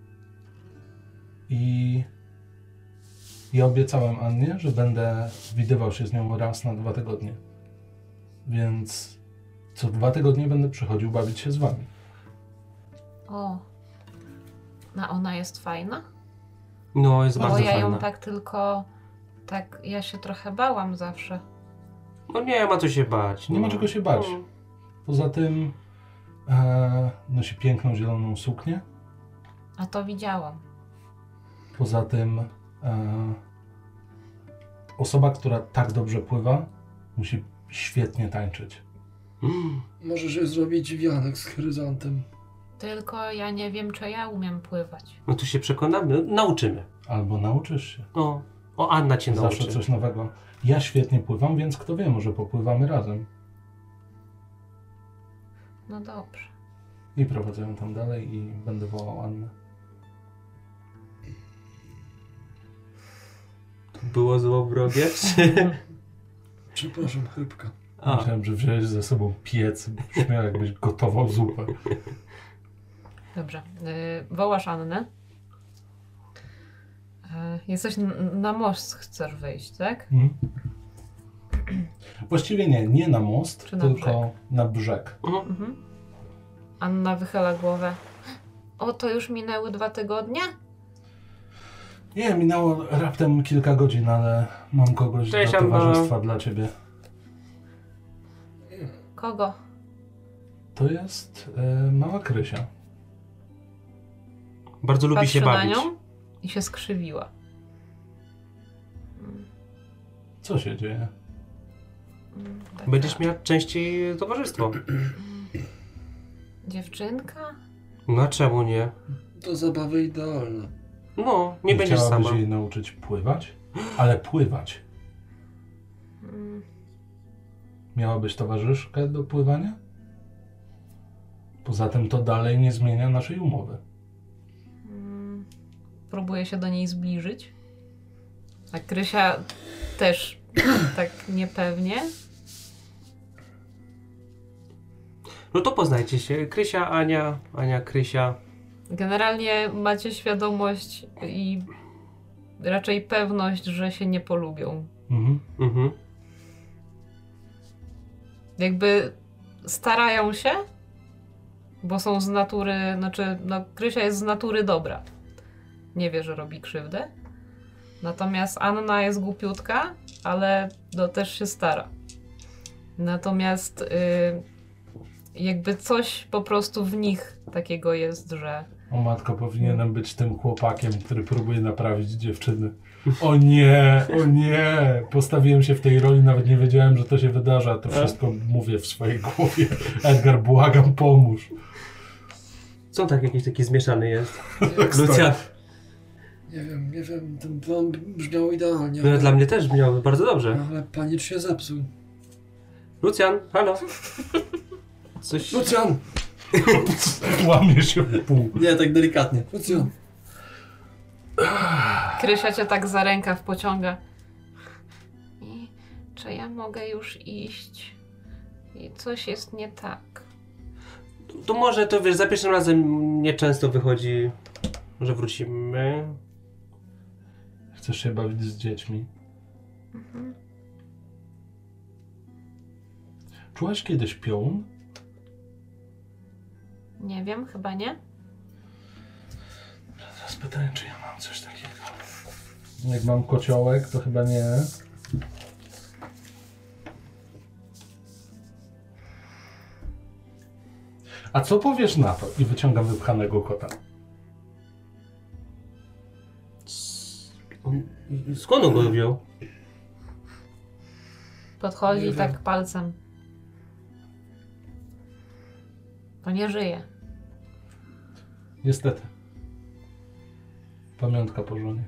I ja obiecałem Annie, że będę widywał się z nią raz na 2 tygodnie. Więc co 2 tygodnie będę przychodził bawić się z wami. O. A ona jest fajna? No, jest Bo bardzo ja ją fajna. tak tylko... Tak, ja się trochę bałam zawsze. No nie ma co się bać. Nie no. ma czego się bać. No. Poza tym nosi piękną zieloną suknię. A to widziałam. Poza tym osoba, która tak dobrze pływa, musi świetnie tańczyć. Możesz je zrobić wianek z chryzantem. Tylko ja nie wiem, czy ja umiem pływać. No to się przekonamy, nauczymy. Albo nauczysz się. No. O, Anna cię Zawsze nauczy. coś nowego. Ja świetnie pływam, więc kto wie, może popływamy razem. No dobrze. I prowadzę ją tam dalej i będę wołał Annę. było złowrogie, czy... Przepraszam, chybka. A, Myślałem, że wziąłeś ze sobą piec, brzmiał jakbyś gotował zupę. Dobrze. Wołasz Annę. Jesteś na most, chcesz wyjść, tak? Mhm. Właściwie nie na most, Czy na tylko na brzeg. Mhm. Anna wychyla głowę. O, to już minęły 2 tygodnie? Nie, minęło raptem kilka godzin, ale mam kogoś Cześć, do Anna. towarzystwa dla ciebie. Kogo? To jest mała Krysia. bardzo lubi się Patrzy na bawić. nią i się skrzywiła. Co się dzieje? Taka Będziesz miała częściej towarzystwo. dziewczynka? No czemu nie? Do zabawy idealna. No, nie będziesz Chciałabyś sama. jej nauczyć pływać? Ale pływać. Mm, Miałabyś towarzyszkę do pływania? Poza tym to dalej nie zmienia naszej umowy. Próbuję się do niej zbliżyć. A Krysia też tak niepewnie. No to poznajcie się. Krysia, Ania, Ania, Krysia. Generalnie macie świadomość i raczej pewność, że się nie polubią. Mhm. Mhm. Jakby starają się, bo są z natury, znaczy, no Krysia jest z natury dobra. Nie wie, że robi krzywdę. Natomiast Anna jest głupiutka, ale no, też się stara. Natomiast jakby coś po prostu w nich takiego jest, że O matko, powinienem być tym chłopakiem, który próbuje naprawić dziewczyny. O nie, o nie! Postawiłem się w tej roli, nawet nie wiedziałem, że to się wydarza. To wszystko mówię w swojej głowie. Edgar, błagam, pomóż. Co tak jakiś taki zmieszany jest? Tak Lucja, Nie wiem, ten plan brzmiał idealnie, no, dla mnie też brzmiały bardzo dobrze. ale panicz się zepsuł. Lucjan, halo? Coś... Lucjan! Łamie się w pół. Nie, tak delikatnie. Lucjan! Krysia cię tak za rękaw pociąga. I czy ja mogę już iść? I coś jest nie tak. To może to wiesz, za pierwszym razem nieczęsto wychodzi, że wrócimy. Chcesz się bawić z dziećmi? Czułaś kiedyś piorun? Nie wiem, chyba nie. Teraz pytanie, czy ja mam coś takiego. Jak mam kociołek, to chyba nie. A co powiesz na to? I wyciągam wypchanego kota. Skąd on go wziął? Podchodzi Nie tak wiem. palcem. To nie żyje. Niestety. Pamiątka po żonie.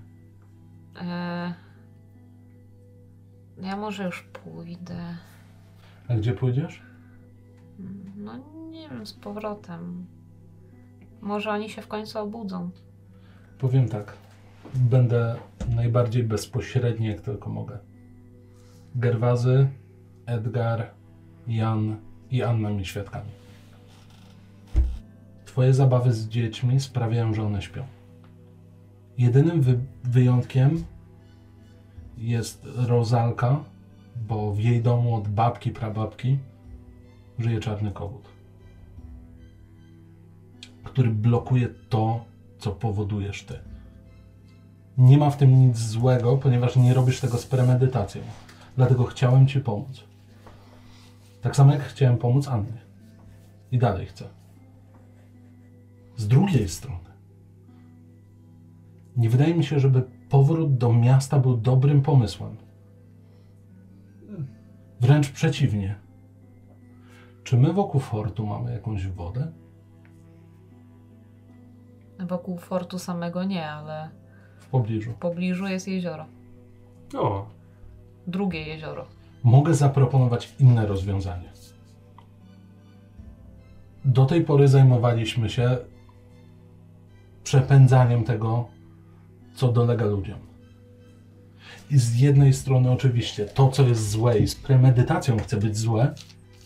Ja może już pójdę. A gdzie pójdziesz? No nie wiem, z powrotem. Może oni się w końcu obudzą. Powiem tak. Będę najbardziej bezpośredni, jak tylko mogę. Gerwazy, Edgar, Jan i Anna mi świadkami. Twoje zabawy z dziećmi sprawiają, że one śpią. Jedynym wyjątkiem jest Rozalka, bo w jej domu od babki, prababki żyje czarny kogut, który blokuje to, co powodujesz ty. Nie ma w tym nic złego, ponieważ nie robisz tego z premedytacją. Dlatego chciałem ci pomóc. Tak samo jak chciałem pomóc Annie. I dalej chcę. Z drugiej strony, nie wydaje mi się, żeby powrót do miasta był dobrym pomysłem. Wręcz przeciwnie. Czy my wokół fortu mamy jakąś wodę? Wokół fortu samego nie, ale W pobliżu. w pobliżu jest jezioro. O, Drugie jezioro. Mogę zaproponować inne rozwiązanie. Do tej pory zajmowaliśmy się przepędzaniem tego, co dolega ludziom. I z jednej strony oczywiście to, co jest złe i z premedytacją chce być złe,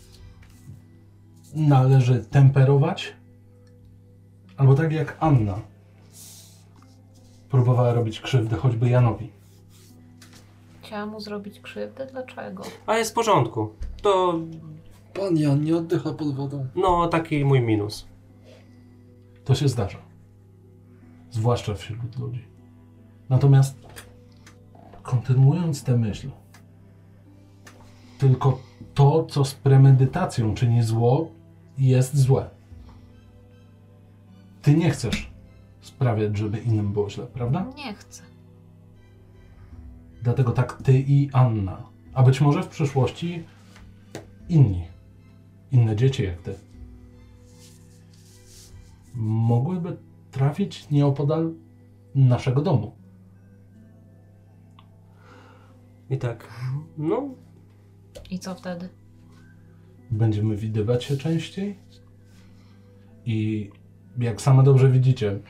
należy temperować, albo tak jak Anna próbowała robić krzywdę choćby Janowi. Chciałam mu zrobić krzywdę? Dlaczego? A jest w porządku. To, Pan Jan nie oddycha pod wodą. no, taki mój minus. To się zdarza. Zwłaszcza wśród ludzi. Natomiast kontynuując tę myśl, tylko to, co z premedytacją czyni zło, jest złe. Ty nie chcesz sprawiać, żeby innym było źle, prawda? Nie chcę. Dlatego tak ty i Anna, a być może w przyszłości inne dzieci jak ty, mogłyby trafić nieopodal naszego domu. I tak, no, I co wtedy? Będziemy widywać się częściej i jak same dobrze widzicie,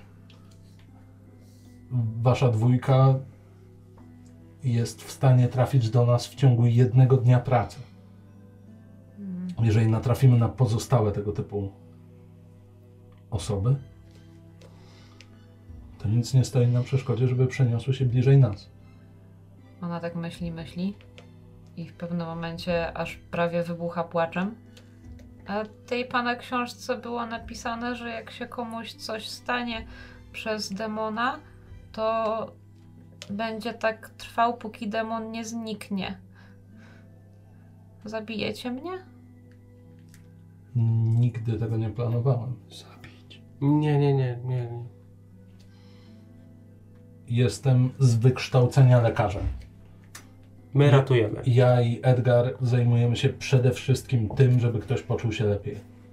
wasza dwójka jest w stanie trafić do nas w ciągu jednego dnia pracy. Jeżeli natrafimy na pozostałe tego typu osoby, to nic nie stoi na przeszkodzie, żeby przeniosły się bliżej nas. Ona tak myśli i w pewnym momencie aż prawie wybucha płaczem. A tej pana książce było napisane, że jak się komuś coś stanie przez demona, to będzie tak trwał, póki demon nie zniknie. Zabijecie mnie? Nigdy tego nie planowałem. Zabić. nie. Jestem z wykształcenia lekarzem. My ratujemy. Ja i Edgar zajmujemy się przede wszystkim tym, żeby ktoś poczuł się lepiej.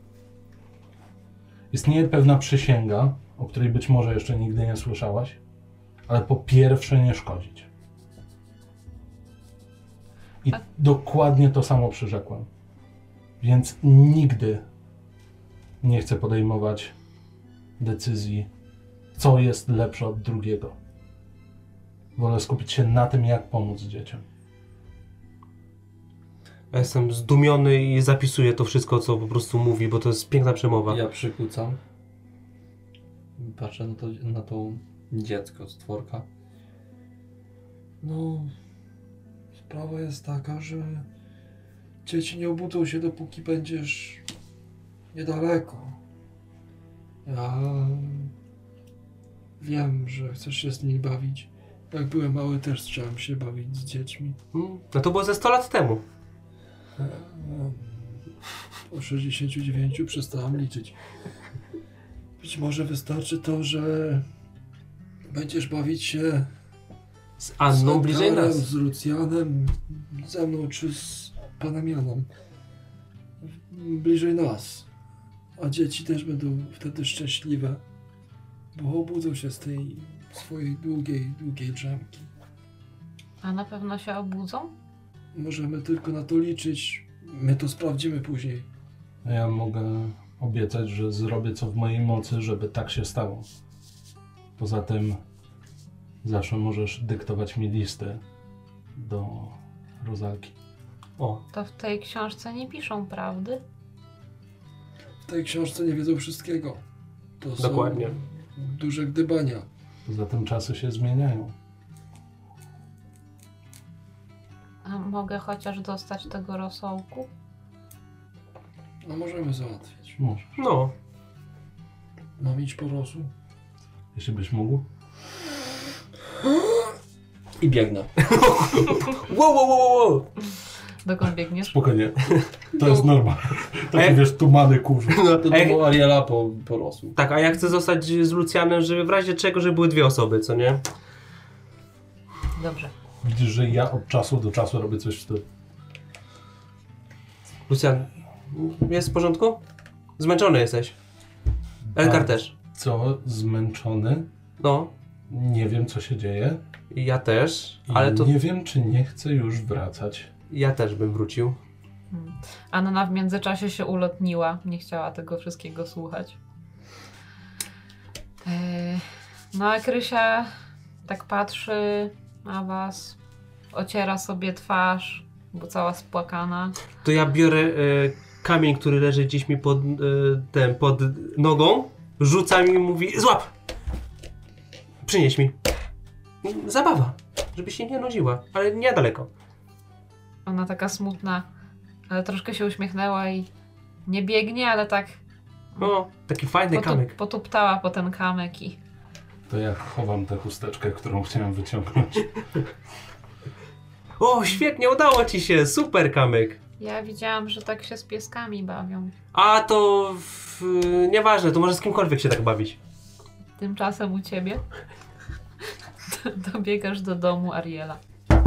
Istnieje pewna przysięga, o której być może jeszcze nigdy nie słyszałaś, ale po pierwsze nie szkodzić. I dokładnie to samo przyrzekłem. Więc nigdy nie chcę podejmować decyzji, co jest lepsze od drugiego. Wolę skupić się na tym, jak pomóc dzieciom. Ja jestem zdumiony i zapisuję to wszystko, co po prostu mówi, bo to jest piękna przemowa. Ja przykucam. Patrzę na to dziecko, stworka. No, sprawa jest taka, że dzieci nie obudzą się, dopóki będziesz niedaleko. Ja wiem, że chcesz się z nimi bawić. Jak byłem mały, też chciałem się bawić z dziećmi. No to było ze 100 lat temu. Po 69 przestałem liczyć. Być może wystarczy to, że będziesz bawić się Z Anną bliżej Edgarem, nas. z Lucjanem, ze mną czy z panem Janem. Bliżej nas. A dzieci też będą wtedy szczęśliwe, bo obudzą się z tej swojej długiej drzemki. A na pewno się obudzą? Możemy tylko na to liczyć. My to sprawdzimy później. Ja mogę obiecać, że zrobię co w mojej mocy, żeby tak się stało. Poza tym zawsze możesz dyktować mi listy do Rozalki. O, To w tej książce nie piszą prawdy? W tej książce nie wiedzą wszystkiego. To dokładnie. są duże gdybania. Poza tym czasy się zmieniają. A mogę chociaż dostać tego rosołku? No możemy załatwić. Możesz. No. Mam iść po rosół? Jeśli byś mógł. I biegnę. Wow. Dokąd biegniesz? Spokojnie. To jest norma. Taki jak- wiesz, tumany kurz. To A jak- było Ariela porosł. Tak, a ja chcę zostać z Lucjanem, żeby w razie czego, żeby były dwie osoby, co nie? Dobrze. Widzisz, że ja od czasu do czasu robię coś w stylu. Lucjan, jest w porządku? Zmęczony jesteś. Edgar też. Co? Zmęczony? No, Nie wiem, co się dzieje. i ja też, I ale to nie wiem, czy nie chcę już wracać. ja też bym wrócił. Anna w międzyczasie się ulotniła. Nie chciała tego wszystkiego słuchać. No a Krysia tak patrzy na was ociera sobie twarz, bo cała spłakana. To ja biorę kamień, który leży gdzieś mi pod nogą, rzucam i mówi złap! Przynieś mi. Zabawa, żeby się nie nudziła, ale nie daleko. Ona taka smutna, ale troszkę się uśmiechnęła i nie biegnie, ale tak O, taki fajny kamyk. potuptała po ten kamyk i... To ja chowam tę chusteczkę, którą chciałem wyciągnąć. O, świetnie, udało ci się, super kamyk. Ja widziałam, że tak się z pieskami bawią. A to nieważne, to może z kimkolwiek się tak bawić. Tymczasem u ciebie dobiegasz do domu Ariela.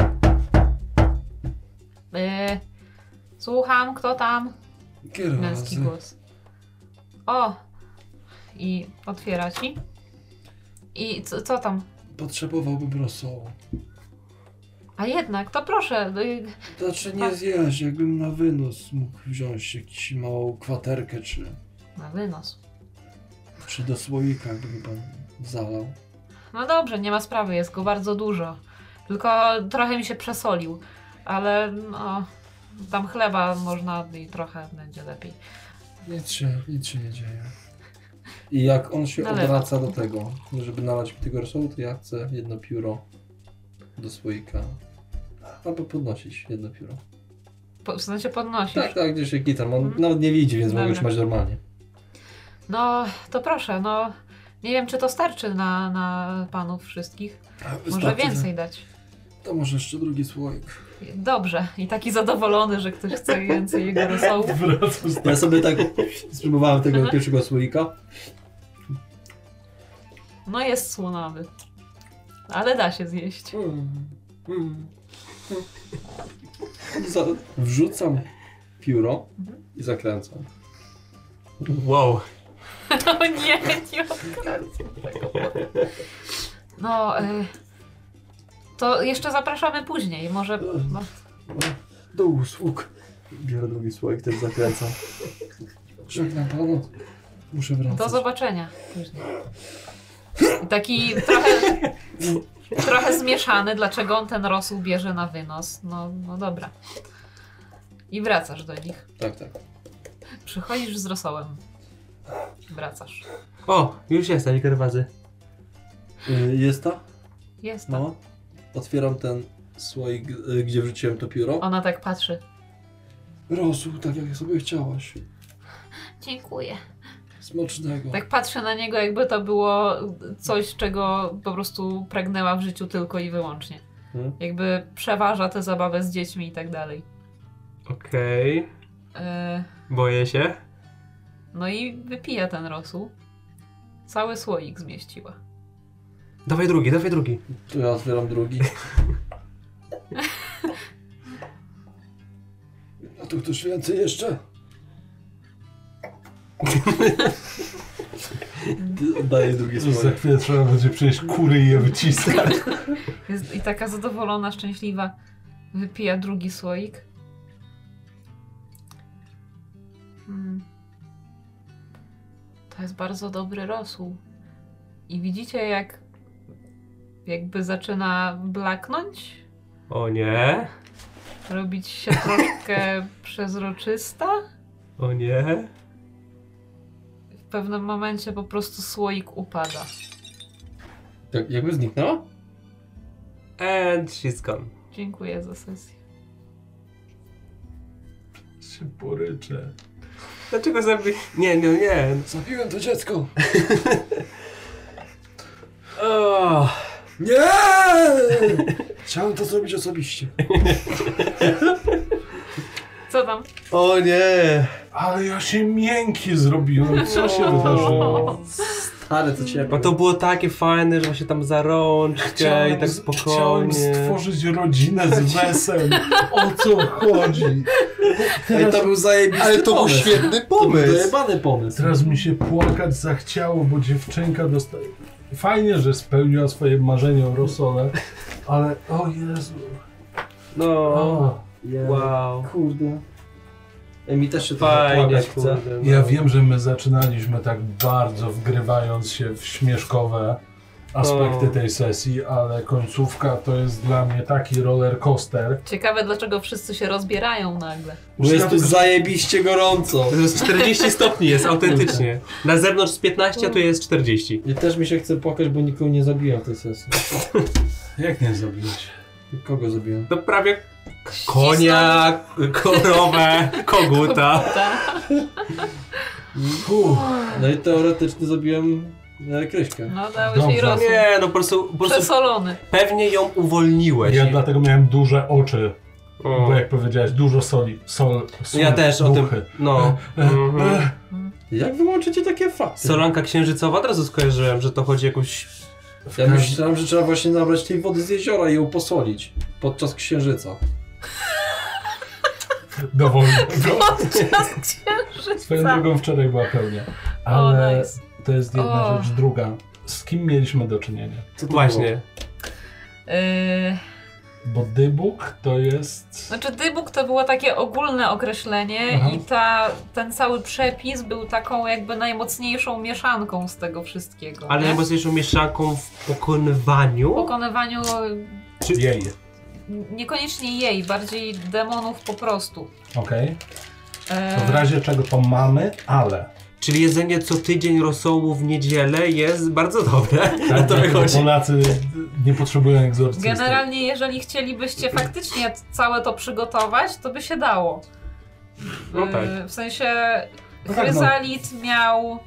Słucham, kto tam? Męski Kierozy. głos. O! I otwiera ci. I co tam? Potrzebowałbym rosołu. A jednak, to proszę. Znaczy nie zjeść, jakbym na wynos mógł wziąć jakąś małą kwaterkę, Na wynos. czy do słoika, gdyby pan zalał. No dobrze, nie ma sprawy, jest go bardzo dużo. Tylko trochę mi się przesolił. Ale no, tam chleba można i trochę będzie lepiej. Nic się nie dzieje. I jak on się Nalewa. odwraca do tego, żeby nalać mi tego rosołu, to ja chcę jedno pióro do słoika. Albo podnosić jedno pióro. W sensie podnosisz. Tak, gdzieś jak gitar. On nawet nie widzi, więc mogę Dobra. trzymać normalnie. No, to proszę, no. Nie wiem, czy to starczy na panów wszystkich. Może więcej dać. To może jeszcze drugi słoik. Dobrze. I taki zadowolony, że ktoś chce więcej jego rosołu. Wracam z Ja sobie tak spróbowałem tego pierwszego słoika. No jest słonawy. Ale da się zjeść. Wrzucam pióro i zakręcam. Wow. O nie odkręcę tego. No, to jeszcze zapraszamy później. Może... No. Do usług. Biorę drugi słoik, też zakręcam. Żegnam panu. Muszę wracać. Do zobaczenia później. I taki trochę zmieszany, dlaczego on ten rosół bierze na wynos. No dobra. I wracasz do nich. Tak. Przychodzisz z rosołem. Wracasz. O, już jest, ani kerwazy. Jest ta? Jest tam. No. Otwieram ten słoik, gdzie wrzuciłem to pióro. Ona tak patrzy. Rosół, tak jak sobie chciałaś. Dziękuję. Smacznego. Tak patrzę na niego, jakby to było coś, czego po prostu pragnęła w życiu tylko i wyłącznie. Jakby przeważa tę zabawę z dziećmi i tak dalej. Okej. E, Boję się. No i wypija ten rosół. Cały słoik zmieściła. Dawaj drugi. To ja otwieram drugi. A tu ktoś więcej jeszcze? Daję drugi Za słoik. chwilę trzeba będzie przejść kury i je wyciskać. Jest i taka zadowolona, szczęśliwa. Wypija drugi słoik. To jest bardzo dobry rosół. I widzicie, jakby zaczyna blaknąć? O nie. Robić się troszkę przezroczysta? O nie. W pewnym momencie po prostu słoik upada. Jakby zniknęła? And she's gone. Dziękuję za sesję. Się poryczę. Dlaczego zabi... Nie. Zabiłem to dziecko! O. Nie! Chciałem to zrobić osobiście. Co tam? O nie. Ale ja się miękki zrobiłem. Co się wydarzyło? Ale to cię... No to było takie fajne, że właśnie tam za rączkę i tak Chciałem spokojnie. stworzyć rodzinę z Wesem. O co chodzi? Ej, to był zajebisty Ale to był pomysł. świetny To był pomysł. dojebany pomysł. Teraz mi się płakać zachciało, bo dziewczynka dostaje... Fajnie, że spełniła swoje marzenie o rosole, ale o Jezu. No. O, Wow. Kurde. Ej, mi też się to Fajnie, płakać chce. kurde. No. ja wiem, że my zaczynaliśmy tak bardzo wgrywając się w śmieszkowe, aspekty tej sesji, ale końcówka to jest dla mnie taki roller coaster. Ciekawe, dlaczego wszyscy się rozbierają nagle. Bo jest tu zajebiście gorąco. To jest 40 stopni, jest autentycznie. Na zewnątrz z 15, a tu jest 40. I też mi się chce płakać, bo nikogo nie zabiłem w tej sesji. Jak nie zrobiłeś? Kogo zabiłem? To prawie konia, krowę, koguta. No i teoretycznie zabiłem Kryśkę. No dałeś Dobrze. jej rosół. Nie, no po prostu Przesolony. pewnie ją uwolniłeś. Ja dlatego miałem duże oczy, O. bo jak powiedziałeś, dużo soli. Sól, Ja też o duchy. tym, no. Mhm. Jak wy łączycie takie fakty? Solanka księżycowa, od razu skojarzyłem, że to chodzi o jakąś... Ja myślałem, że trzeba właśnie nabrać tej wody z jeziora i ją posolić podczas księżyca. Dowolnie. Podczas Swoją księżyca. drogą wczoraj była pełnia. O, Ale nice. to jest jedna O. rzecz. Druga. Z kim mieliśmy do czynienia? Co to Właśnie. Bo dybuk to jest... Znaczy dybuk to było takie ogólne określenie Aha. i ten cały przepis był taką jakby najmocniejszą mieszanką z tego wszystkiego. Ale nie? najmocniejszą mieszanką w pokonywaniu. W pokonywaniu Jej. niekoniecznie jej, bardziej demonów po prostu. Okej. To w razie czego to mamy, ale... Czyli jedzenie co tydzień rosołu w niedzielę jest bardzo dobre. Tak, to wychodzi. Polacy nie potrzebują egzorcysty. Generalnie jeżeli chcielibyście faktycznie całe to przygotować, to by się dało. No tak. W sensie No tak, no. chryzalit miał...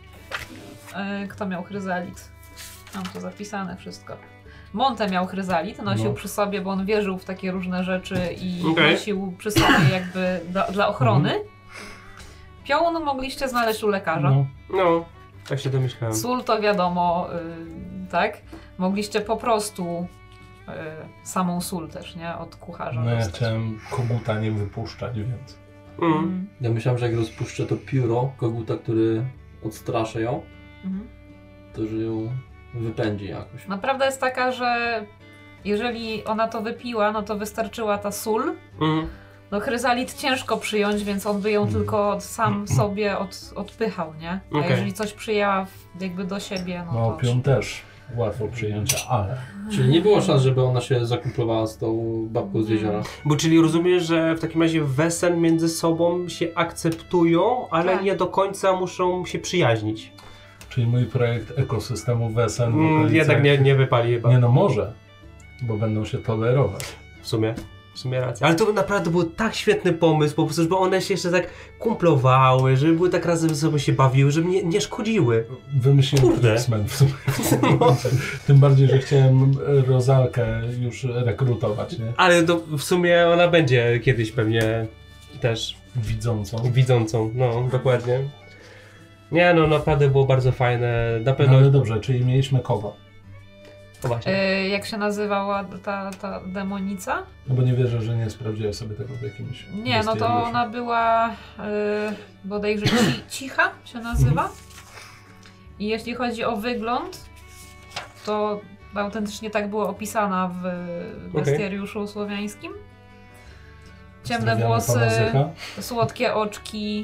Kto miał chryzalit? Mam to zapisane wszystko. Monte miał chryzalit, nosił No. przy sobie, bo on wierzył w takie różne rzeczy i Okej. nosił przy sobie jakby dla ochrony. Piołun mogliście znaleźć u lekarza. No. No, tak się domyślałem. Sól to wiadomo, tak? Mogliście po prostu samą sól też, nie? Od kucharza No ja dostać. chciałem koguta nie wypuszczać, więc... Mm. Ja myślałem, że jak rozpuszczę to pióro koguta, który odstraszy ją, Mhm. to że ją wypędzi jakoś. Prawda jest taka, że jeżeli ona to wypiła, no to wystarczyła ta sól. Mm. No chryzalit ciężko przyjąć, więc on by ją tylko sam sobie odpychał, nie? A Okej. jeżeli coś przyjęła jakby do siebie, no No to... opium też łatwo przyjęcia, ale... Czyli nie było szans, żeby ona się zakumplowała z tą babką z jeziora. Bo czyli rozumiesz, że w takim razie wesen między sobą się akceptują, ale Tak. nie do końca muszą się przyjaźnić. Czyli mój projekt ekosystemu wesen... w okolicach- Jednak nie wypali chyba. Nie no, może. Bo będą się tolerować. W sumie racja. Ale to naprawdę był tak świetny pomysł, po prostu, żeby one się jeszcze tak kumplowały, żeby były tak razem ze sobą się bawiły, żeby nie szkodziły. Wymyśliłem Kurde. X-Men w sumie. Tym bardziej, że chciałem Rozalkę już rekrutować, nie? Ale to w sumie ona będzie kiedyś pewnie też Widzącą. widzącą, no dokładnie. Nie no, naprawdę było bardzo fajne, na No, pewno... ale dobrze, czyli mieliśmy kogo? O właśnie. Jak się nazywała ta demonica? No bo nie wierzę, że nie sprawdziłem sobie tego w jakimś... Nie, no to bestiariuszu. ona była bodajże cicha się nazywa. I jeśli chodzi o wygląd, to autentycznie tak była opisana w bestiariuszu słowiańskim. Ciemne Pozdrawiamy włosy, pana Zycha. słodkie oczki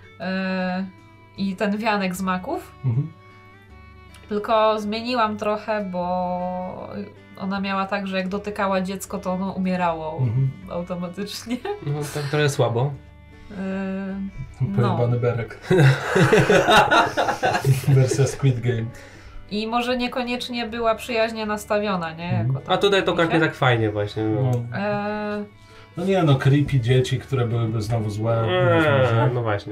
i ten wianek z maków. Mhm. Tylko zmieniłam trochę, bo ona miała tak, że jak dotykała dziecko, to ono umierało Mhm. automatycznie. No tak trochę słabo. Pojebany berek. Wersja Squid Game. I może niekoniecznie była przyjaźnie nastawiona, nie? Jako A tutaj to takie. tak fajnie właśnie. No. No, E, no nie no, creepy dzieci, które byłyby znowu złe. może. No właśnie.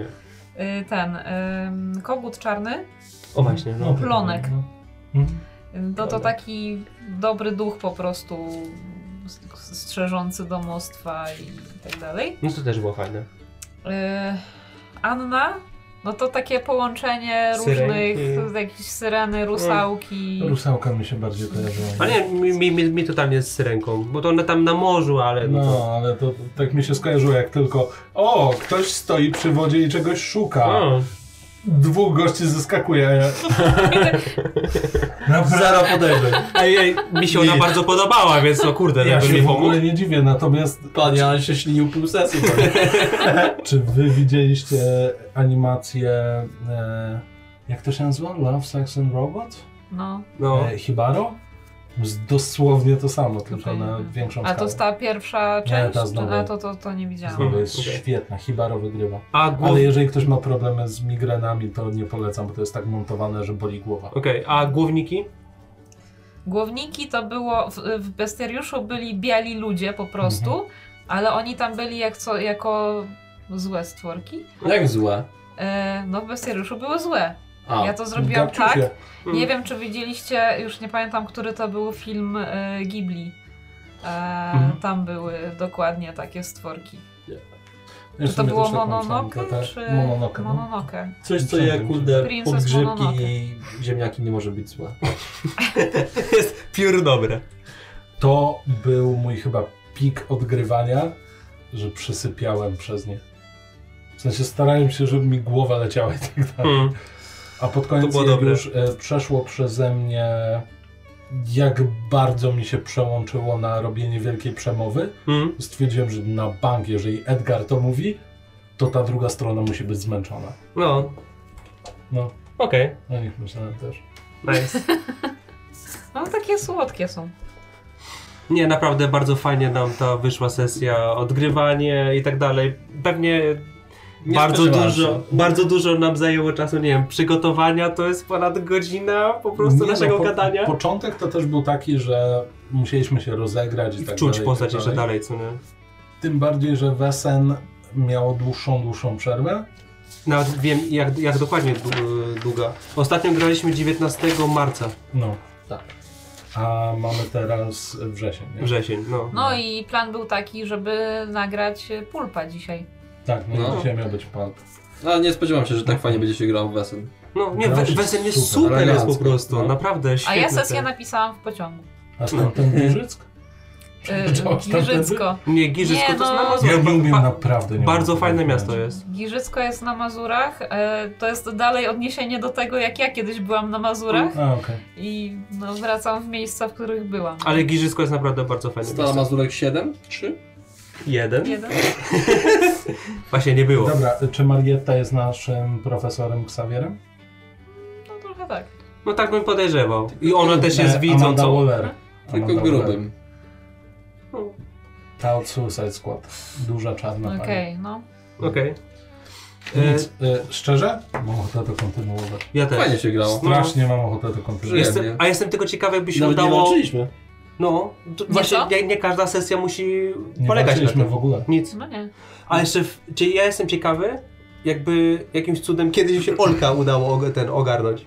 kogut czarny, O właśnie, no. Plonek. No. Mhm. to taki dobry duch po prostu strzeżący domostwa i tak dalej. No to też było fajne. Anna, no to takie połączenie Syrenki. różnych, jakieś syreny, rusałki. Rusałka mi się bardziej kojarzyła. A nie, mi totalnie z syrenką, bo to one tam na morzu, ale no to... No, ale to tak mi się skojarzyło jak tylko ktoś stoi przy wodzie i czegoś szuka. O, Dwóch gości zeskakuje, a ja... Naprawdę. Zero podejrzeń. ej, mi się ona Nie. bardzo podobała, więc no kurde, Ja bym się mi w pomógł. ogóle nie dziwię, natomiast Panie, ale się ślinił pół sesji. czy wy widzieliście animację, jak to się nazywa? Love, Sex and Robot? No. No. Hibaro? Jest dosłownie to samo, tylko Okej. na większą A skalę. to jest ta pierwsza część? ta znowu. A to nie widziałam. Znowu jest Okej. świetna, Hibaro wygrywa. A Ale jeżeli ktoś ma problemy z migrenami, to nie polecam, bo to jest tak montowane, że boli głowa. Okej, a głowniki? Głowniki to było, w Bestiariuszu byli biali ludzie po prostu, ale oni tam byli jako złe stworki. Jak złe? No w Bestiariuszu były złe. A, Ja to zrobiłam tak. Gabciusie. Nie wiem, czy widzieliście, już nie pamiętam, który to był film Ghibli. Tam były dokładnie takie stworki. Ja Czy to sobie było też tak Mononoke, myślałem, czy... Mononoke, no. Mononoke. coś co je kurde Princess podgrzybki Mononoke. i ziemniaki nie może być złe. Jest piór dobre. To był mój chyba pik odgrywania, że przysypiałem przez nie. W sensie starałem się, żeby mi głowa leciała i tak dalej. A pod koniec, było jak dobre. już przeszło przeze mnie, jak bardzo mi się przełączyło na robienie wielkiej przemowy, stwierdziłem, że na bank, jeżeli Edgar to mówi, to ta druga strona musi być zmęczona. No, No, okej. o nich myślałem też. Nice. No takie słodkie są. Nie, naprawdę bardzo fajnie nam ta wyszła sesja, odgrywanie i tak dalej. Pewnie Nie bardzo spodziewałem dużo, się. bardzo dużo nam zajęło czasu, nie wiem, przygotowania to jest ponad godzina po prostu Nie, naszego no, gadania. Początek to też był taki, że musieliśmy się rozegrać i I tak wczuć dalej, postać i tak jeszcze dalej, co nie? Tym bardziej, że Wesen miało dłuższą przerwę. Nawet wiem jak dokładnie długa. Ostatnio graliśmy 19 marca, No. Tak. A mamy teraz wrzesień, nie? wrzesień, no. No i plan był taki, żeby nagrać pulpa dzisiaj. Tak, no, No. i dzisiaj miał być pan. Ale nie spodziewam się, że tak fajnie będzie się grał w Wesen. No nie, Grałeś Wesen jest super, super jest po elegancko, prostu, no. naprawdę A świetny. ja sesję ten. napisałam w pociągu. A ten Giżyck? Giżycko. Nie, Giżycko Nie, to jest no. na Mazurach. Ja nie umiem naprawdę. Nie Bardzo umiem fajne tego miasto powiedzieć. jest. Giżycko jest na Mazurach. To jest dalej odniesienie do tego, jak ja kiedyś byłam na Mazurach. A, okej. I no, wracam w miejsca, w których byłam. Ale Giżycko jest naprawdę bardzo fajne Stara miasto. Mazurek 7? 3? Jeden? Jeden? Właśnie nie było. Dobra, czy Marietta jest naszym profesorem Xavierem? No trochę tak. No tak bym podejrzewał. I ona też jest widzą, Amanda co... Waller. Tylko Amanda Waller. grubym. Ta od Suicide Squad. Duża czarna pani. Okej, no. Okej. Nic, szczerze? Mam ochotę to kontynuować. Ja też. Fajnie się grało. Strasznie mam ochotę to kontynuować. Przyjemnie. Jestem tylko ciekawy, jakby się Nawet nie udało... walczyliśmy. No, właśnie co? nie każda sesja musi Nie polegać na walczyliśmy tym. w ogóle. Nic. No nie. A jeszcze, ja jestem ciekawy, jakby jakimś cudem kiedyś się Olka udało ogarnąć.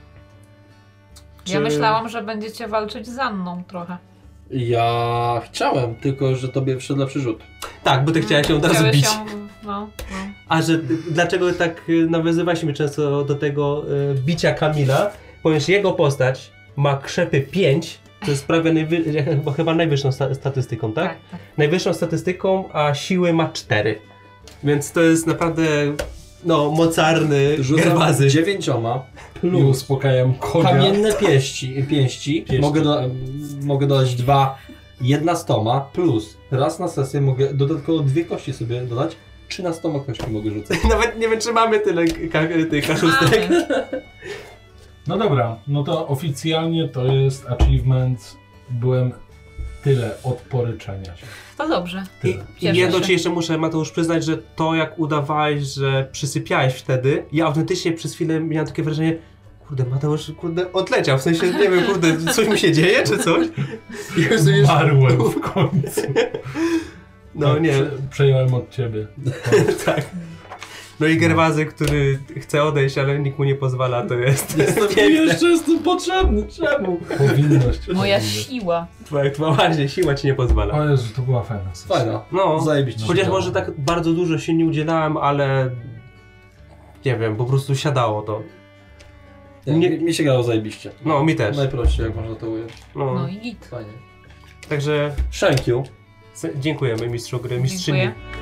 Ja myślałam, że będziecie walczyć z Anną trochę. Ja chciałem, tylko że tobie wszedł lepszy rzut. Tak, bo ty chciałeś ją od razu Chciałeś bić. ją- No. A że dlaczego tak nawiązywaliśmy często do tego bicia Kamila? Ponieważ jego postać ma krzepy 5, to jest prawie chyba najwyższą statystyką, tak? Tak. Najwyższą statystyką, a siły ma 4. Więc to jest naprawdę mocarny Rzucam Gerwazy. 9 I plus uspokajam konia. kamienne pięści. Mogę dodać 2 11 plus raz na sesję mogę dodatkowo 2 kości sobie dodać. 13 kości mogę rzucać. Nawet nie wiem, czy mamy tyle tych kaszustek. Mamy. No dobra, no to oficjalnie to jest achievement. Byłem tyle od poryczenia się. To dobrze. I Tyle. Cieszę jedno się. ci jeszcze muszę, Mateusz, przyznać, że to jak udawałeś, że przysypiałeś wtedy, ja autentycznie przez chwilę miałem takie wrażenie, kurde, Mateusz, odleciał, w sensie, nie wiem, coś mi się dzieje, czy coś? I już sobie Umarłem w końcu. No Tak, nie, Przejąłem od ciebie. tak. No i Gerwazy, który chce odejść, ale nikt mu nie pozwala, to jest Jeszcze jestem potrzebny, czemu? Powinność. Moja powinność. siła. twoja właśnie siła ci nie pozwala. O Jezu, to była fajna sesja. Fajna. No, Zajebiście. chociaż się może grało. tak bardzo dużo się nie udzielałem, ale nie wiem, po prostu siadało to. Nie, mi się grało zajebiście. No, mi też. Najprościej, jak można to ująć. No. No i git. Fajnie. Także Thank you. dziękujemy mistrzu gry, mistrzyni. Dziękuję.